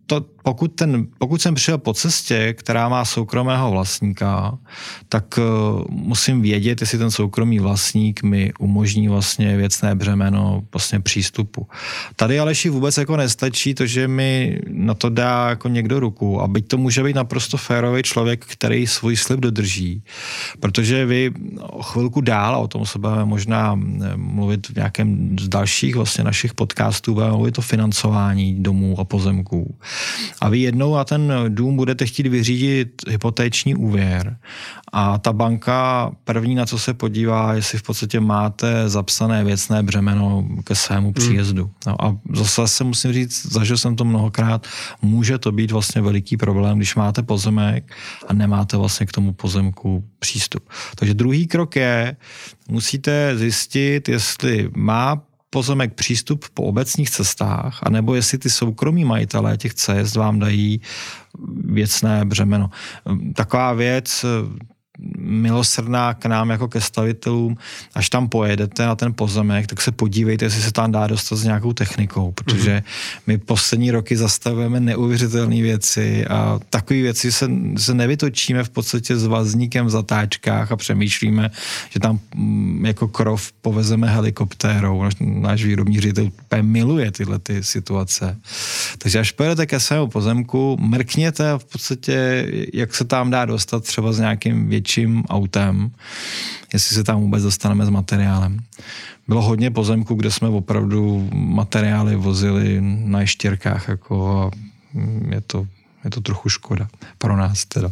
pokud jsem přijel po cestě, která má soukromého vlastníka, tak musím vědět, jestli ten soukromý vlastník mi umožní vlastně věcné břemeno vlastně přístupu. Tady Aleši vůbec jako nestačí to, že mi na to dá jako někdo ruku, a byť to může být naprosto férový člověk, který svůj slib dodrží, protože vy o chvilku dál, a o tom se budeme možná mluvit v nějakém z dalších vlastně našich podcastů, budeme mluvit o financování domů a pozemků. A vy jednou na ten dům budete chtít vyřídit hypotéční úvěr a ta banka první, na co se podívá, jestli v podstatě máte zapsané věcné břemeno ke svému příjezdu. No a zase musím říct, zažil jsem to mnohokrát, může to být vlastně veliký problém, když máte pozemek a nemáte vlastně k tomu pozemku přístup. Takže druhý krok je, musíte zjistit, jestli má pozemek přístup po obecních cestách, anebo jestli ty soukromí majitelé těch cest vám dají věcné břemeno. Taková věc milosrdná k nám jako ke stavitelům, až tam pojedete na ten pozemek, tak se podívejte, jestli se tam dá dostat s nějakou technikou, protože my poslední roky zastavujeme neuvěřitelné věci a takové věci se nevytočíme v podstatě s vazníkem v zatáčkách a přemýšlíme, že tam jako krov povezeme helikoptérou. Náš výrobní ředitel miluje tyhle ty situace. Takže až pojedete ke svému pozemku, mrkněte v podstatě, jak se tam dá dostat třeba s nějakým větším autem, jestli se tam vůbec dostaneme s materiálem. Bylo hodně pozemků, kde jsme opravdu materiály vozili na ještěrkách, jako a je to trochu škoda pro nás teda.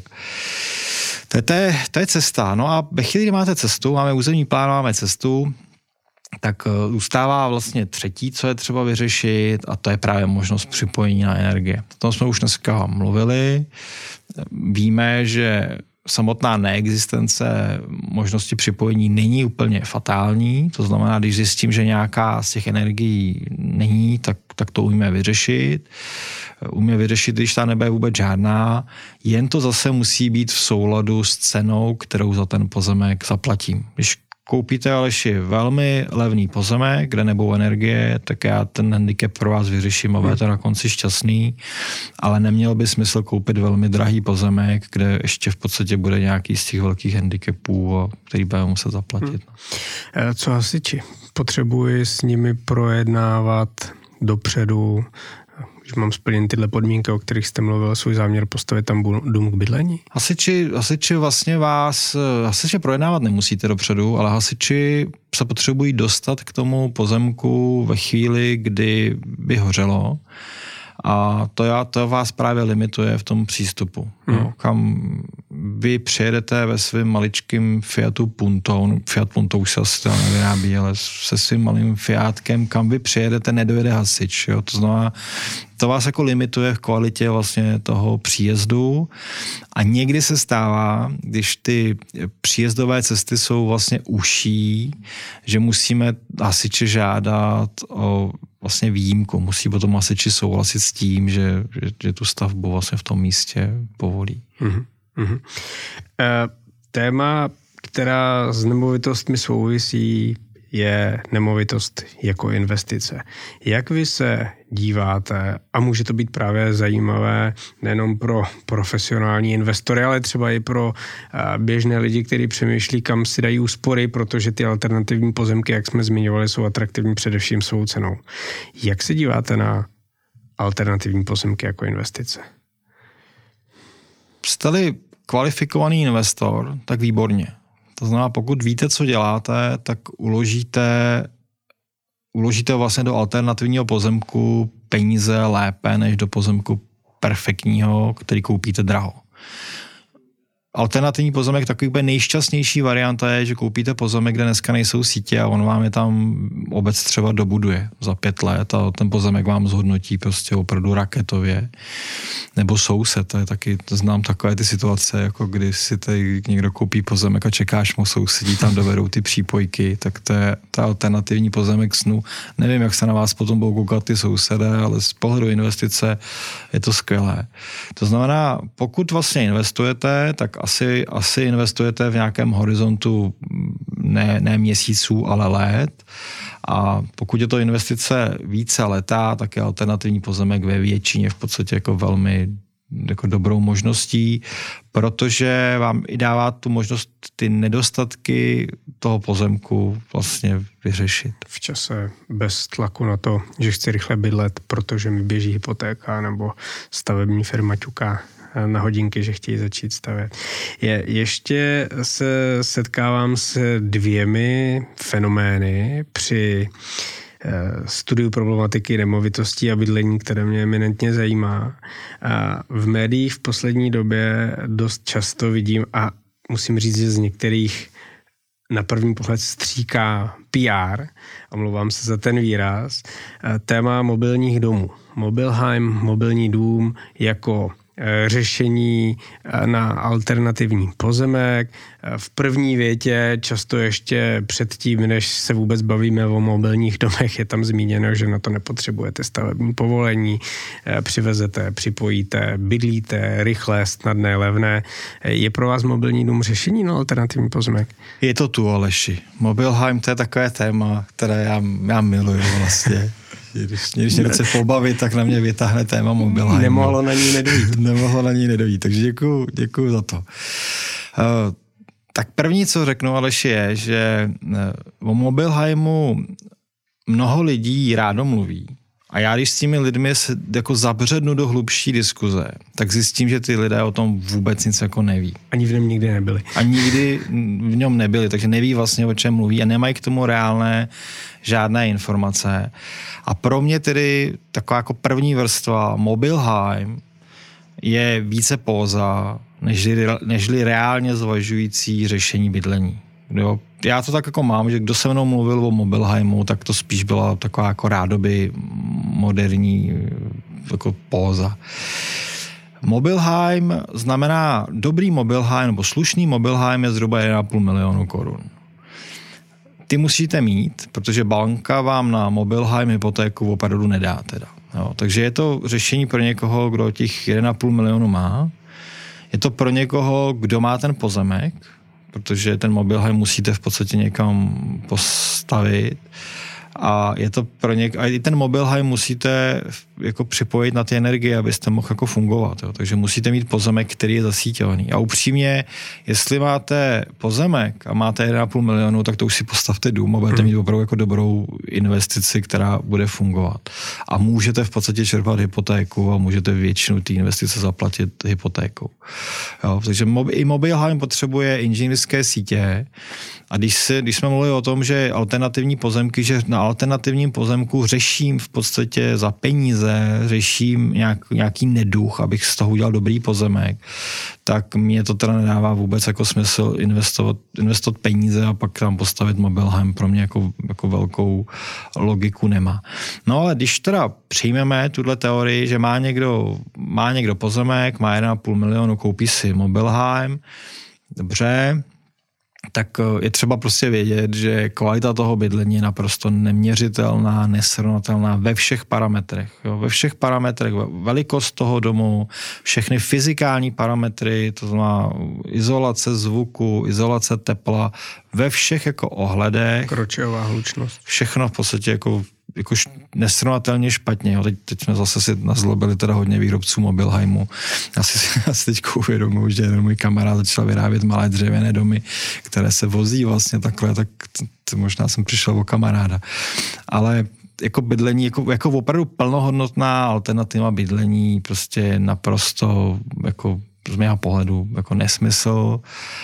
To je cesta. No a ve chvíli, kdy máte cestu, máme územní plán, máme cestu, tak zůstává vlastně třetí, co je třeba vyřešit, a to je právě možnost připojení na energie. O tom jsme už dneska mluvili. Víme, že samotná neexistence možnosti připojení není úplně fatální, to znamená, když zjistím, že nějaká z těch energií není, tak to umíme vyřešit. Umíme vyřešit, když ta nebude vůbec žádná, jen to zase musí být v souladu s cenou, kterou za ten pozemek zaplatím. Když koupíte, Aleši, velmi levný pozemek, kde nebudou energie, tak já ten handicap pro vás vyřeším a budete na konci šťastný, ale neměl by smysl koupit velmi drahý pozemek, kde ještě v podstatě bude nějaký z těch velkých handicapů, který budeme muset zaplatit. Co hasiči? Potřebuji s nimi projednávat dopředu, když mám splněn tyhle podmínky, o kterých jste mluvil, svůj záměr postavit tam dům k bydlení? Hasiči vlastně hasiče projednávat nemusíte dopředu, ale hasiči se potřebují dostat k tomu pozemku ve chvíli, kdy by hořelo. A to vás právě limituje v tom přístupu. No, kam vy přijedete ve svým maličkým Fiatu Punto, Fiat Punto už se asi nevyrábí, ale se svým malým Fiatkem, kam vy přijedete, nedojede hasič. Jo? To znamená, to vás jako limituje v kvalitě vlastně toho příjezdu a někdy se stává, když ty příjezdové cesty jsou vlastně užší, že musíme hasiče žádat o vlastně výjimku. Musí potom hasiči souhlasit s tím, že tu stavbu vlastně v tom místě povolí. Téma, která s nemovitostmi souvisí, je nemovitost jako investice. Jak vy se díváte, a může to být právě zajímavé nejenom pro profesionální investory, ale třeba i pro běžné lidi, kteří přemýšlí, kam si dají úspory, protože ty alternativní pozemky, jak jsme zmiňovali, jsou atraktivní především svou cenou. Jak se díváte na alternativní pozemky jako investice? Jste-li kvalifikovaný investor, tak výborně. To znamená, pokud víte, co děláte, tak uložíte vlastně do alternativního pozemku peníze lépe, než do pozemku perfektního, který koupíte draho. Alternativní pozemek, takový úplně nejšťastnější varianta je, že koupíte pozemek, kde dneska nejsou sítě a on vám je tam obec třeba dobuduje za 5 let a ten pozemek vám zhodnotí prostě opravdu raketově. Nebo soused, to je taky, znám takové ty situace, jako když si tady někdo koupí pozemek a čekáš mu sousedí, tam dovedou ty přípojky, tak to je ta alternativní pozemek snu. Nevím, jak se na vás potom budou koukat ty sousedé, ale z pohledu investice je to skvělé. To znamená, pokud vlastně investujete, tak asi investujete v nějakém horizontu ne měsíců, ale let. A pokud je to investice více letá, tak je alternativní pozemek ve většině v podstatě jako velmi jako dobrou možností, protože vám i dává tu možnost ty nedostatky toho pozemku vlastně vyřešit. V čase bez tlaku na to, že chci rychle bydlet, protože mi běží hypotéka nebo stavební firma ťuká na hodinky, že chtějí začít stavět. Ještě se setkávám s dvěmi fenomény při studiu problematiky nemovitostí a bydlení, které mě eminentně zajímá. A v médiích v poslední době dost často vidím, a musím říct, že z některých na první pohled stříká PR, omlouvám se za ten výraz, téma mobilních domů. Mobilheim, mobilní dům jako řešení na alternativní pozemek. V první větě, často ještě předtím, než se vůbec bavíme o mobilních domech, je tam zmíněno, že na to nepotřebujete stavební povolení, přivezete, připojíte, bydlíte, rychle, snadné, levné. Je pro vás mobilní dům řešení na alternativní pozemek? Je to tu, Aleši. Mobilheim, to je takové téma, které já miluju vlastně. Když mě chce pobavit, tak na mě vytáhne téma Mobilheimu. Nemohlo na ní nedojít. Nemohlo na ní nedojít, takže děkuju za to. Tak první, co řeknu, Aleši, je, že o Mobilheimu mnoho lidí rádo mluví. A já, když s těmi lidmi se jako zabřednu do hlubší diskuze, tak zjistím, že ty lidé o tom vůbec nic jako neví. Ani v něm nikdy nebyli. A nikdy v něm nebyli, takže neví vlastně, o čem mluví a nemají k tomu reálné žádné informace. A pro mě tedy taková jako první vrstva Mobilheim je více póza, nežli reálně zvažující řešení bydlení. Jo? Já to tak jako mám, že kdo se mnou mluvil o Mobilheimu, tak to spíš byla taková jako rádoby moderní jako póza. Mobilheim znamená dobrý Mobilheim nebo slušný Mobilheim je zhruba 1,5 milionu korun. Ty musíte mít, protože banka vám na Mobilheim hypotéku opravdu nedá teda. Jo, takže je to řešení pro někoho, kdo těch 1,5 milionu má. Je to pro někoho, kdo má ten pozemek, protože ten Mobilheim musíte v podstatě někam postavit. A je to pro a i ten Mobilheim musíte jako připojit na ty energie, abyste mohl jako fungovat. Jo. Takže musíte mít pozemek, který je zasíťovaný. A upřímně, jestli máte pozemek a máte 1,5 milionu, tak to už si postavte dům a budete mít opravdu jako dobrou investici, která bude fungovat. A můžete v podstatě čerpat hypotéku a můžete většinu té investice zaplatit hypotékou. Jo. Takže i Mobilheim potřebuje inženýrské sítě. A když jsme mluvili o tom, že alternativní pozemky, že na alternativním pozemku řeším v podstatě za peníze, řeším nějaký neduch, abych z toho udělal dobrý pozemek, tak mě to teda nedává vůbec jako smysl investovat peníze a pak tam postavit Mobilheim. Pro mě jako velkou logiku nemá. No ale když teda přijmeme tuhle teorii, že má někdo pozemek, má 1,5 milionu, koupí si Mobilheim, dobře, tak je třeba prostě vědět, že kvalita toho bydlení je naprosto neměřitelná, nesrovnatelná ve všech parametrech. Jo? Ve všech parametrech, velikost toho domu, všechny fyzikální parametry, to znamená izolace zvuku, izolace tepla, ve všech jako ohledech. Kročová hlučnost. Všechno v podstatě jako nesrovnatelně špatně. Jo. Teď jsme zase si nazlobili teda hodně výrobců Mobilheimu. Asi teď uvědomuji, že můj kamarád začal vyrábět malé dřevěné domy, které se vozí vlastně takhle, tak možná jsem přišel o kamaráda. Ale jako bydlení, jako opravdu plnohodnotná alternativa bydlení, prostě naprosto jako z mého pohledu jako nesmysl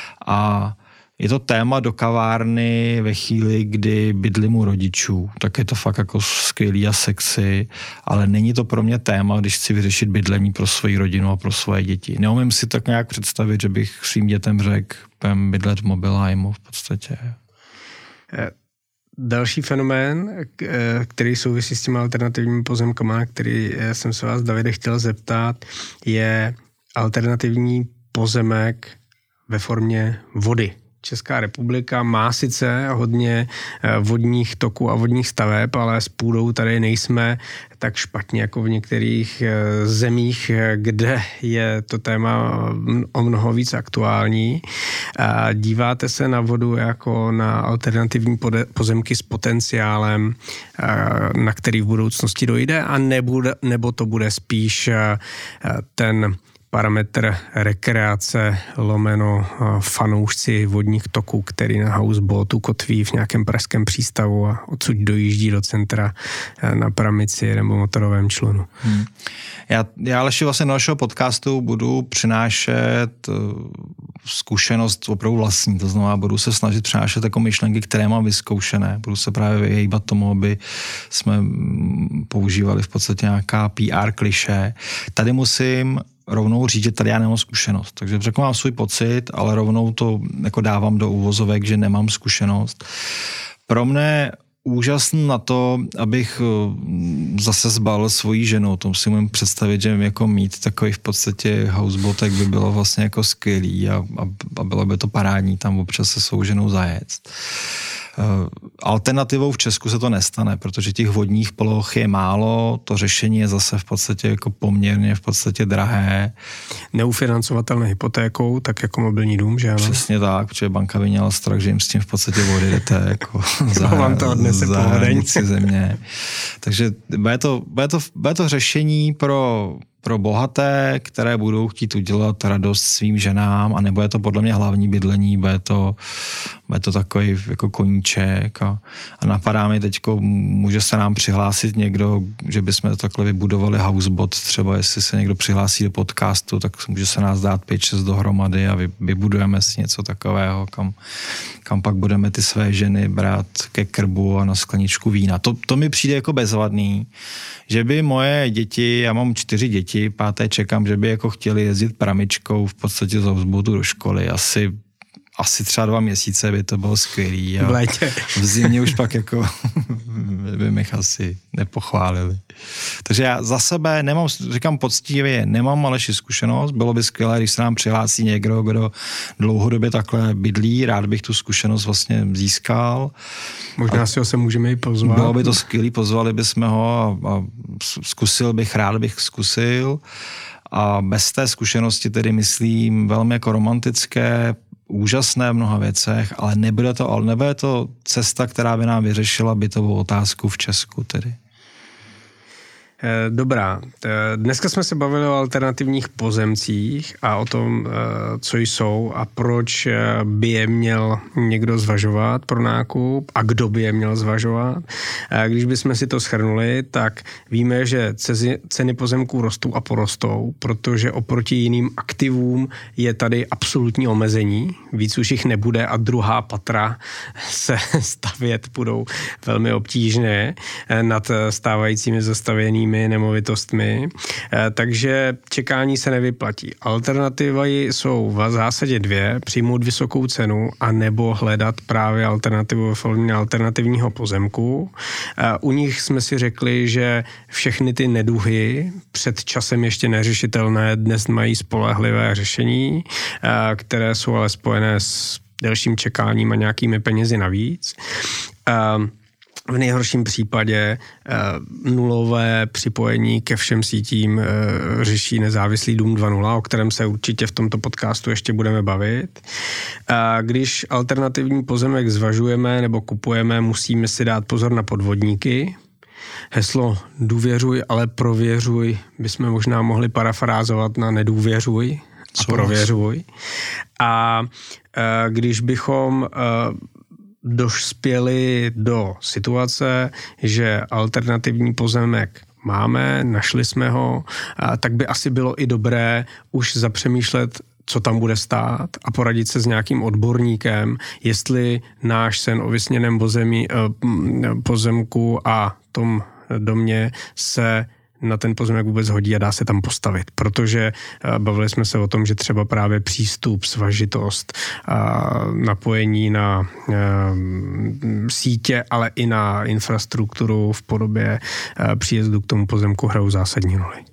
a je to téma do kavárny ve chvíli, kdy bydlím u rodičů, tak je to fakt jako skvělý a sexy, ale není to pro mě téma, když chci vyřešit bydlení pro svoji rodinu a pro svoje děti. Neumím si tak nějak představit, že bych svým dětem řekl, budem bydlet v Mobilheimu v podstatě. Další fenomén, který souvisí s těmi alternativními pozemkama, který jsem se vás, Davide, chtěl zeptat, je alternativní pozemek ve formě vody. Česká republika má sice hodně vodních toků a vodních staveb, ale s půdou tady nejsme tak špatně jako v některých zemích, kde je to téma o mnoho víc aktuální. Díváte se na vodu jako na alternativní pozemky s potenciálem, na který v budoucnosti dojde, a nebo to bude spíš ten parametr rekreace lomeno fanoušci vodních toků, který na houseboatu kotví v nějakém pražském přístavu a odsud dojíždí do centra na pramici nebo motorovém člunu. Já Aleši vlastně do našeho podcastu budu přinášet zkušenost opravdu vlastní, to znamená, budu se snažit přinášet jako myšlenky, které mám vyzkoušené. Budu se právě vyhýbat tomu, aby jsme používali v podstatě nějaká PR klišé. Tady musím rovnou říct, že tady já nemám zkušenost. Takže řeknu mám svůj pocit, ale rovnou to jako dávám do uvozovek, že nemám zkušenost. Pro mne úžasný na to, abych zase zbalil svoji ženu. To si můžu představit, že jako mít takový v podstatě houseboatek by bylo vlastně jako skvělý a bylo by to parádní tam občas se svou ženou zajet. Alternativou v Česku se to nestane, protože těch vodních ploch je málo, to řešení je zase v podstatě jako poměrně v podstatě drahé. Neufinancovatelné hypotékou, tak jako mobilní dům, že ano? Přesně tak, protože banka by měla strach, že jim s tím v podstatě odjedete jako za hranici země. Takže bude to řešení pro bohaté, které budou chtít udělat radost svým ženám, a nebo je to podle mě hlavní bydlení, bude to takový jako koníček a napadá mi teďko, může se nám přihlásit někdo, že bychom takhle vybudovali houseboat, třeba jestli se někdo přihlásí do podcastu, tak může se nás dát 5-6 dohromady a vybudujeme si něco takového, kam pak budeme ty své ženy brát ke krbu a na skleničku vína. To mi přijde jako bezvadný, že by moje děti, já mám 4 děti, 5. čekám, že by jako chtěli jezdit pramičkou v podstatě z houseboatu do školy. Asi třeba 2 měsíce by to bylo skvělý. A v zimě už pak jako by mě asi nepochválili. Takže já za sebe nemám, říkám poctivě, nemám Aleši zkušenost. Bylo by skvělé, když se nám přihlásí někdo, kdo dlouhodobě takhle bydlí. Rád bych tu zkušenost vlastně získal. Možná si ho se můžeme i pozvat. Bylo by to skvělý, pozvali bychom ho a rád bych zkusil. A bez té zkušenosti tedy myslím velmi jako romantické, úžasné v mnoha věcech, ale nebude to cesta, která by nám vyřešila bytovou otázku v Česku tedy. Dobrá. Dneska jsme se bavili o alternativních pozemcích a o tom, co jsou a proč by je měl někdo zvažovat pro nákup a kdo by je měl zvažovat. Když bychom si to shrnuli, tak víme, že ceny pozemků rostou a porostou, protože oproti jiným aktivům je tady absolutní omezení. Víc už jich nebude a druhá patra se stavět budou velmi obtížné nad stávajícími zastavěnými nemovitostmi, takže čekání se nevyplatí. Alternativy jsou v zásadě 2, přijmout vysokou cenu a nebo hledat právě alternativu ve formě alternativního pozemku. U nich jsme si řekli, že všechny ty neduhy před časem ještě neřešitelné dnes mají spolehlivé řešení, které jsou ale spojené s delším čekáním a nějakými penězi navíc. V nejhorším případě nulové připojení ke všem sítím řeší nezávislý dům 2.0, o kterém se určitě v tomto podcastu ještě budeme bavit. Když alternativní pozemek zvažujeme nebo kupujeme, musíme si dát pozor na podvodníky. Heslo důvěřuj, ale prověřuj bychom možná mohli parafrázovat na nedůvěřuj a prověřuj. A když bychom dospěli do situace, že alternativní pozemek máme, našli jsme ho, tak by asi bylo i dobré už zapřemýšlet, co tam bude stát a poradit se s nějakým odborníkem, jestli náš sen o vysněném pozemku a tom domě se na ten pozemek vůbec hodí a dá se tam postavit. Protože bavili jsme se o tom, že třeba právě přístup, svažitost, napojení na sítě, ale i na infrastrukturu v podobě příjezdu k tomu pozemku hrajou zásadní roli.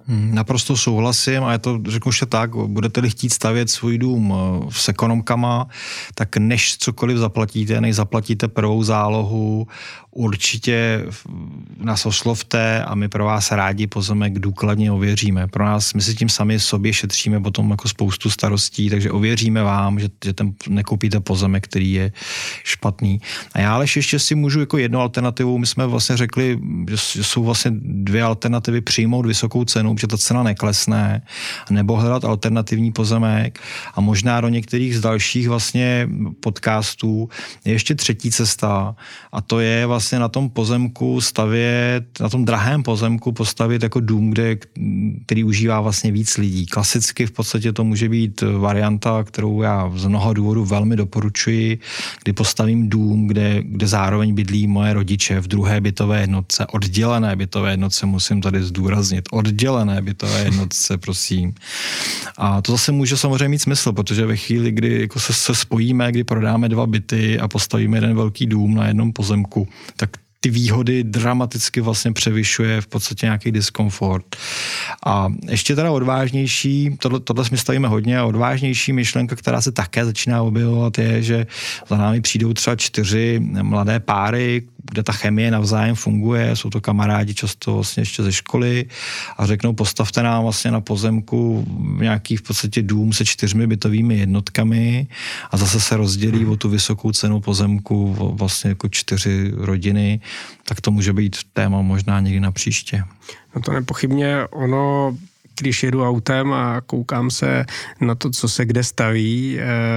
Naprosto souhlasím a je to, řeknu ještě tak, budete-li chtít stavět svůj dům s ekonomkama, tak než cokoliv zaplatíte, než zaplatíte prvou zálohu, určitě nás oslovte a my pro vás rádi pozemek důkladně ověříme. Pro nás, my si tím sami sobě šetříme potom jako spoustu starostí, takže ověříme vám, že ten nekoupíte pozemek, který je špatný. A já ale ještě si můžu jako jednu alternativu, my jsme vlastně řekli, že jsou vlastně dvě alternativy: přijmout vysokou cenu, protože ta cena neklesne, nebo hledat alternativní pozemek. A možná do některých z dalších vlastně podcastů je ještě třetí cesta, a to je vlastně na tom pozemku stavět, na tom drahém pozemku postavit jako dům, který užívá vlastně víc lidí. Klasicky v podstatě to může být varianta, kterou já z mnoha důvodů velmi doporučuji, kdy postavím dům, kde zároveň bydlí moje rodiče v druhé bytové jednotce, oddělené bytové jednotce, musím tady zdůraznit, oddělené bytové jednotce, prosím. A to zase může samozřejmě mít smysl, protože ve chvíli, kdy jako se spojíme, kdy prodáme 2 byty a postavíme jeden velký dům na jednom pozemku, tak ty výhody dramaticky vlastně převyšuje v podstatě nějaký diskomfort. A ještě teda odvážnější, tohle my stavíme hodně, a odvážnější myšlenka, která se také začíná objevovat, je, že za námi přijdou třeba 4 mladé páry, kde ta chemie navzájem funguje, jsou to kamarádi často vlastně ještě ze školy, a řeknou, postavte nám vlastně na pozemku nějaký v podstatě dům se 4 bytovými jednotkami a zase se rozdělí o tu vysokou cenu pozemku vlastně jako 4 rodiny, tak to může být téma možná někdy na příště. No to nepochybně ono, když jedu autem a koukám se na to, co se kde staví,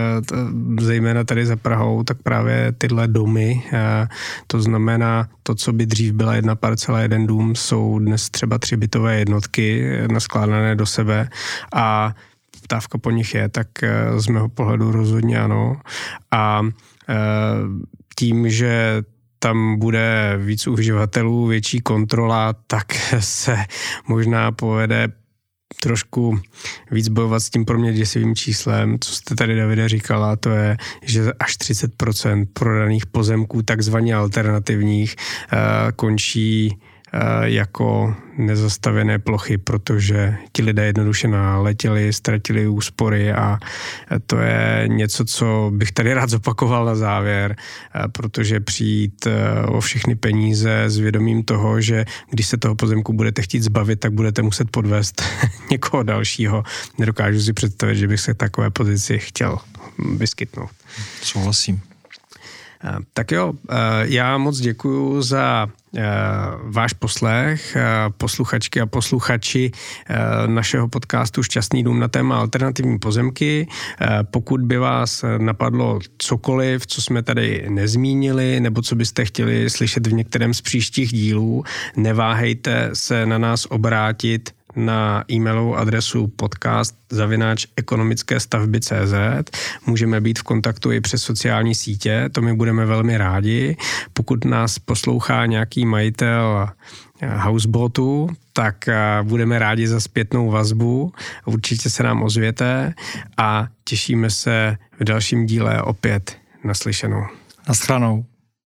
zejména tady za Prahou, tak právě tyhle domy, to znamená to, co by dřív byla jedna parcela, jeden dům, jsou dnes třeba 3 bytové jednotky naskládané do sebe a poptávka po nich je, tak z mého pohledu rozhodně ano. A tím, že tam bude víc uživatelů, větší kontrola, tak se možná povede trošku víc bojovat s tím pro mě děsivým číslem, co jste tady, Davide, říkala, to je, že až 30% prodaných pozemků, takzvaně alternativních, končí jako nezastavěné plochy, protože ti lidé jednoduše naletěli, ztratili úspory, a to je něco, co bych tady rád zopakoval na závěr, protože přijít o všechny peníze s vědomím toho, že když se toho pozemku budete chtít zbavit, tak budete muset podvést někoho dalšího. Nedokážu si představit, že bych se takové pozici chtěl vyskytnout. Souhlasím. Tak jo, já moc děkuju za váš poslech, posluchačky a posluchači našeho podcastu Šťastný dům na téma alternativní pozemky. Pokud by vás napadlo cokoliv, co jsme tady nezmínili, nebo co byste chtěli slyšet v některém z příštích dílů, neváhejte se na nás obrátit na e-mailovou adresu podcast@ekonomickéstavby.cz. Můžeme být v kontaktu i přes sociální sítě, to my budeme velmi rádi. Pokud nás poslouchá nějaký majitel houseboatu, tak budeme rádi za zpětnou vazbu. Určitě se nám ozvěte a těšíme se v dalším díle opět naslyšenou. Naschledanou.